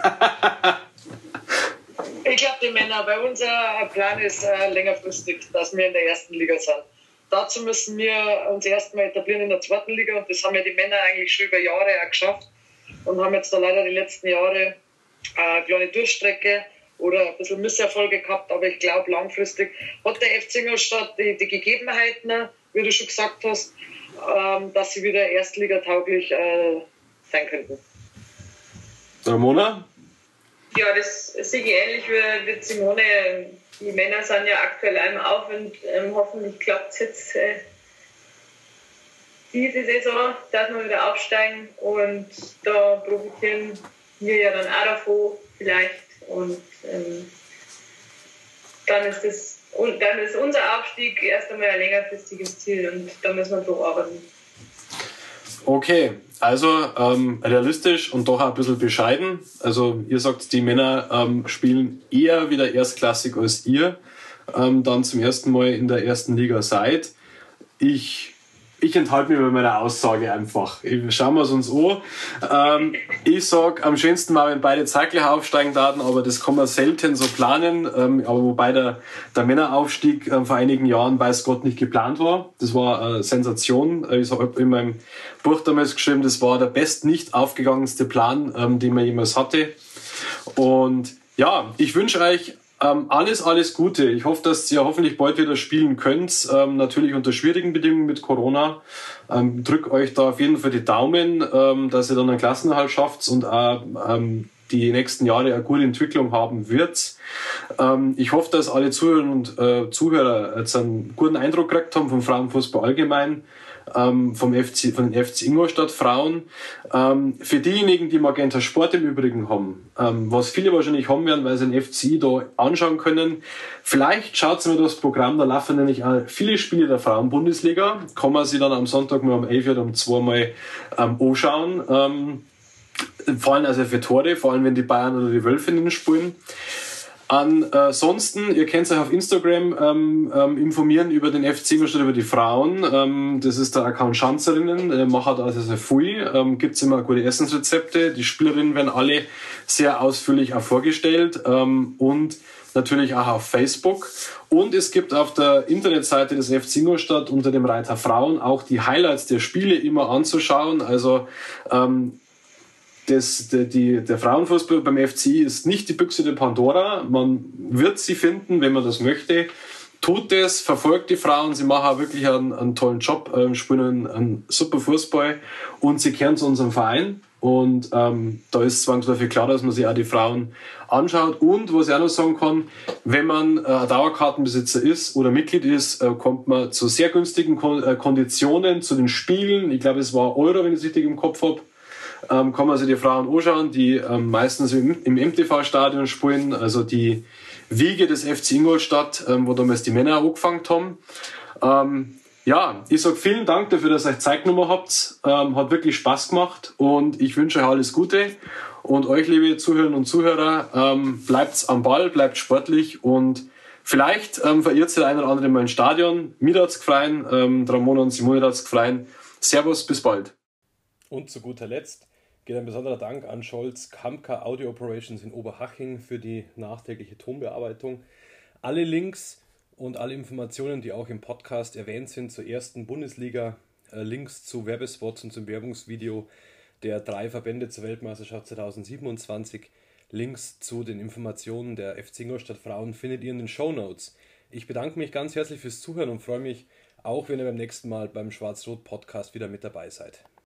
Ich glaube die Männer, weil unser Plan ist äh, längerfristig, dass wir in der ersten Liga sind. Dazu müssen wir uns erstmal etablieren in der zweiten Liga und das haben ja die Männer eigentlich schon über Jahre auch geschafft und haben jetzt da leider die letzten Jahre eine kleine Durchstrecke oder ein bisschen Misserfolge gehabt, aber ich glaube langfristig hat der F C Ingolstadt die, die Gegebenheiten, wie du schon gesagt hast, ähm, dass sie wieder erstligatauglich äh, sein könnten. Ramona? Ja, das sehe ich ähnlich wie, wie Simone. Die Männer sind ja aktuell einmal auf und ähm, hoffentlich klappt es jetzt äh, diese Saison, dass wir wieder aufsteigen und da profitieren wir ja dann auch davon vielleicht und ähm, dann ist das und dann ist unser Aufstieg erst einmal ein längerfristiges Ziel und da müssen wir drauf arbeiten. Okay, also ähm, realistisch und doch auch ein bisschen bescheiden. Also ihr sagt, die Männer ähm, spielen eher wieder erstklassig als ihr ähm, dann zum ersten Mal in der ersten Liga seid. Ich ich enthalte mich bei meiner Aussage einfach. Schauen wir es uns an. Ähm, ich sage, am schönsten war, wenn beide zeitgleich aufsteigen daten, aber das kann man selten so planen. Ähm, aber wobei der, der Männeraufstieg äh, vor einigen Jahren, weiß Gott, nicht geplant war. Das war eine Sensation. Ich habe in meinem Buch damals geschrieben, das war der best nicht aufgegangenste Plan, ähm, den man jemals hatte. Und ja, ich wünsche euch Ähm, alles, alles Gute. Ich hoffe, dass ihr hoffentlich bald wieder spielen könnt. Ähm, natürlich unter schwierigen Bedingungen mit Corona. Ähm, drück euch da auf jeden Fall die Daumen, ähm, dass ihr dann einen Klassenerhalt schafft und auch ähm, die nächsten Jahre eine gute Entwicklung haben wird. Ähm, ich hoffe, dass alle Zuhörer und äh, Zuhörer jetzt einen guten Eindruck gekriegt haben vom Frauenfußball allgemein. Ähm, vom F C, von den F C Ingolstadt Frauen. Ähm, für diejenigen, die Magenta Sport im Übrigen haben, ähm, was viele wahrscheinlich haben werden, weil sie den F C da anschauen können, vielleicht schaut mir das Programm, da laufen nämlich auch viele Spiele der Frauen-Bundesliga, kann man sich dann am Sonntag mal um elf Uhr oder um zwei Mal ähm, anschauen. Ähm, vor allem also für Tore, vor allem wenn die Bayern oder die Wölfinnen spielen. Ansonsten, ihr könnt euch auf Instagram ähm, ähm, informieren über den F C Ingolstadt, über die Frauen. Ähm, das ist der Account Schanzerinnen, äh, macht also sehr viel. Ähm, gibt's immer gute Essensrezepte. Die Spielerinnen werden alle sehr ausführlich auch vorgestellt ähm, und natürlich auch auf Facebook. Und es gibt auf der Internetseite des F C Ingolstadt unter dem Reiter Frauen auch die Highlights der Spiele immer anzuschauen. Also ähm, Das, der, die, der Frauenfußball beim F C ist nicht die Büchse der Pandora. Man wird sie finden, wenn man das möchte. Tut es, verfolgt die Frauen. Sie machen auch wirklich einen, einen tollen Job, ähm, spielen einen, einen super Fußball und sie kehren zu unserem Verein. Und ähm, da ist zwangsläufig klar, dass man sich auch die Frauen anschaut. Und was ich auch noch sagen kann, wenn man äh, Dauerkartenbesitzer ist oder Mitglied ist, äh, kommt man zu sehr günstigen Kon- äh, Konditionen zu den Spielen. Ich glaube, es war Euro, wenn ich es richtig im Kopf habe. Ähm, kann man sich die Frauen anschauen, die ähm, meistens im, im M T V-Stadion spielen, also die Wiege des F C Ingolstadt, ähm, wo damals die Männer angefangen haben. Ähm, ja, ich sage vielen Dank dafür, dass ihr euch Zeit genommen habt. Ähm, hat wirklich Spaß gemacht und ich wünsche euch alles Gute. Und euch, liebe Zuhörerinnen und Zuhörer, ähm, bleibt am Ball, bleibt sportlich und vielleicht ähm, verirrt sich der eine oder andere mal ins Stadion. Mir hat's gefallen, ähm, Ramona und Simone hat's gefallen. Servus, bis bald. Und zu guter Letzt geht ein besonderer Dank an Scholz Kampka Audio Operations in Oberhaching für die nachträgliche Tonbearbeitung. Alle Links und alle Informationen, die auch im Podcast erwähnt sind zur ersten Bundesliga, äh, Links zu Werbespots und zum Werbungsvideo der drei Verbände zur Weltmeisterschaft zweitausendsiebenundzwanzig, Links zu den Informationen der F C Ingolstadt Frauen findet ihr in den Shownotes. Ich bedanke mich ganz herzlich fürs Zuhören und freue mich auch, wenn ihr beim nächsten Mal beim Schwarz-Rot Podcast wieder mit dabei seid.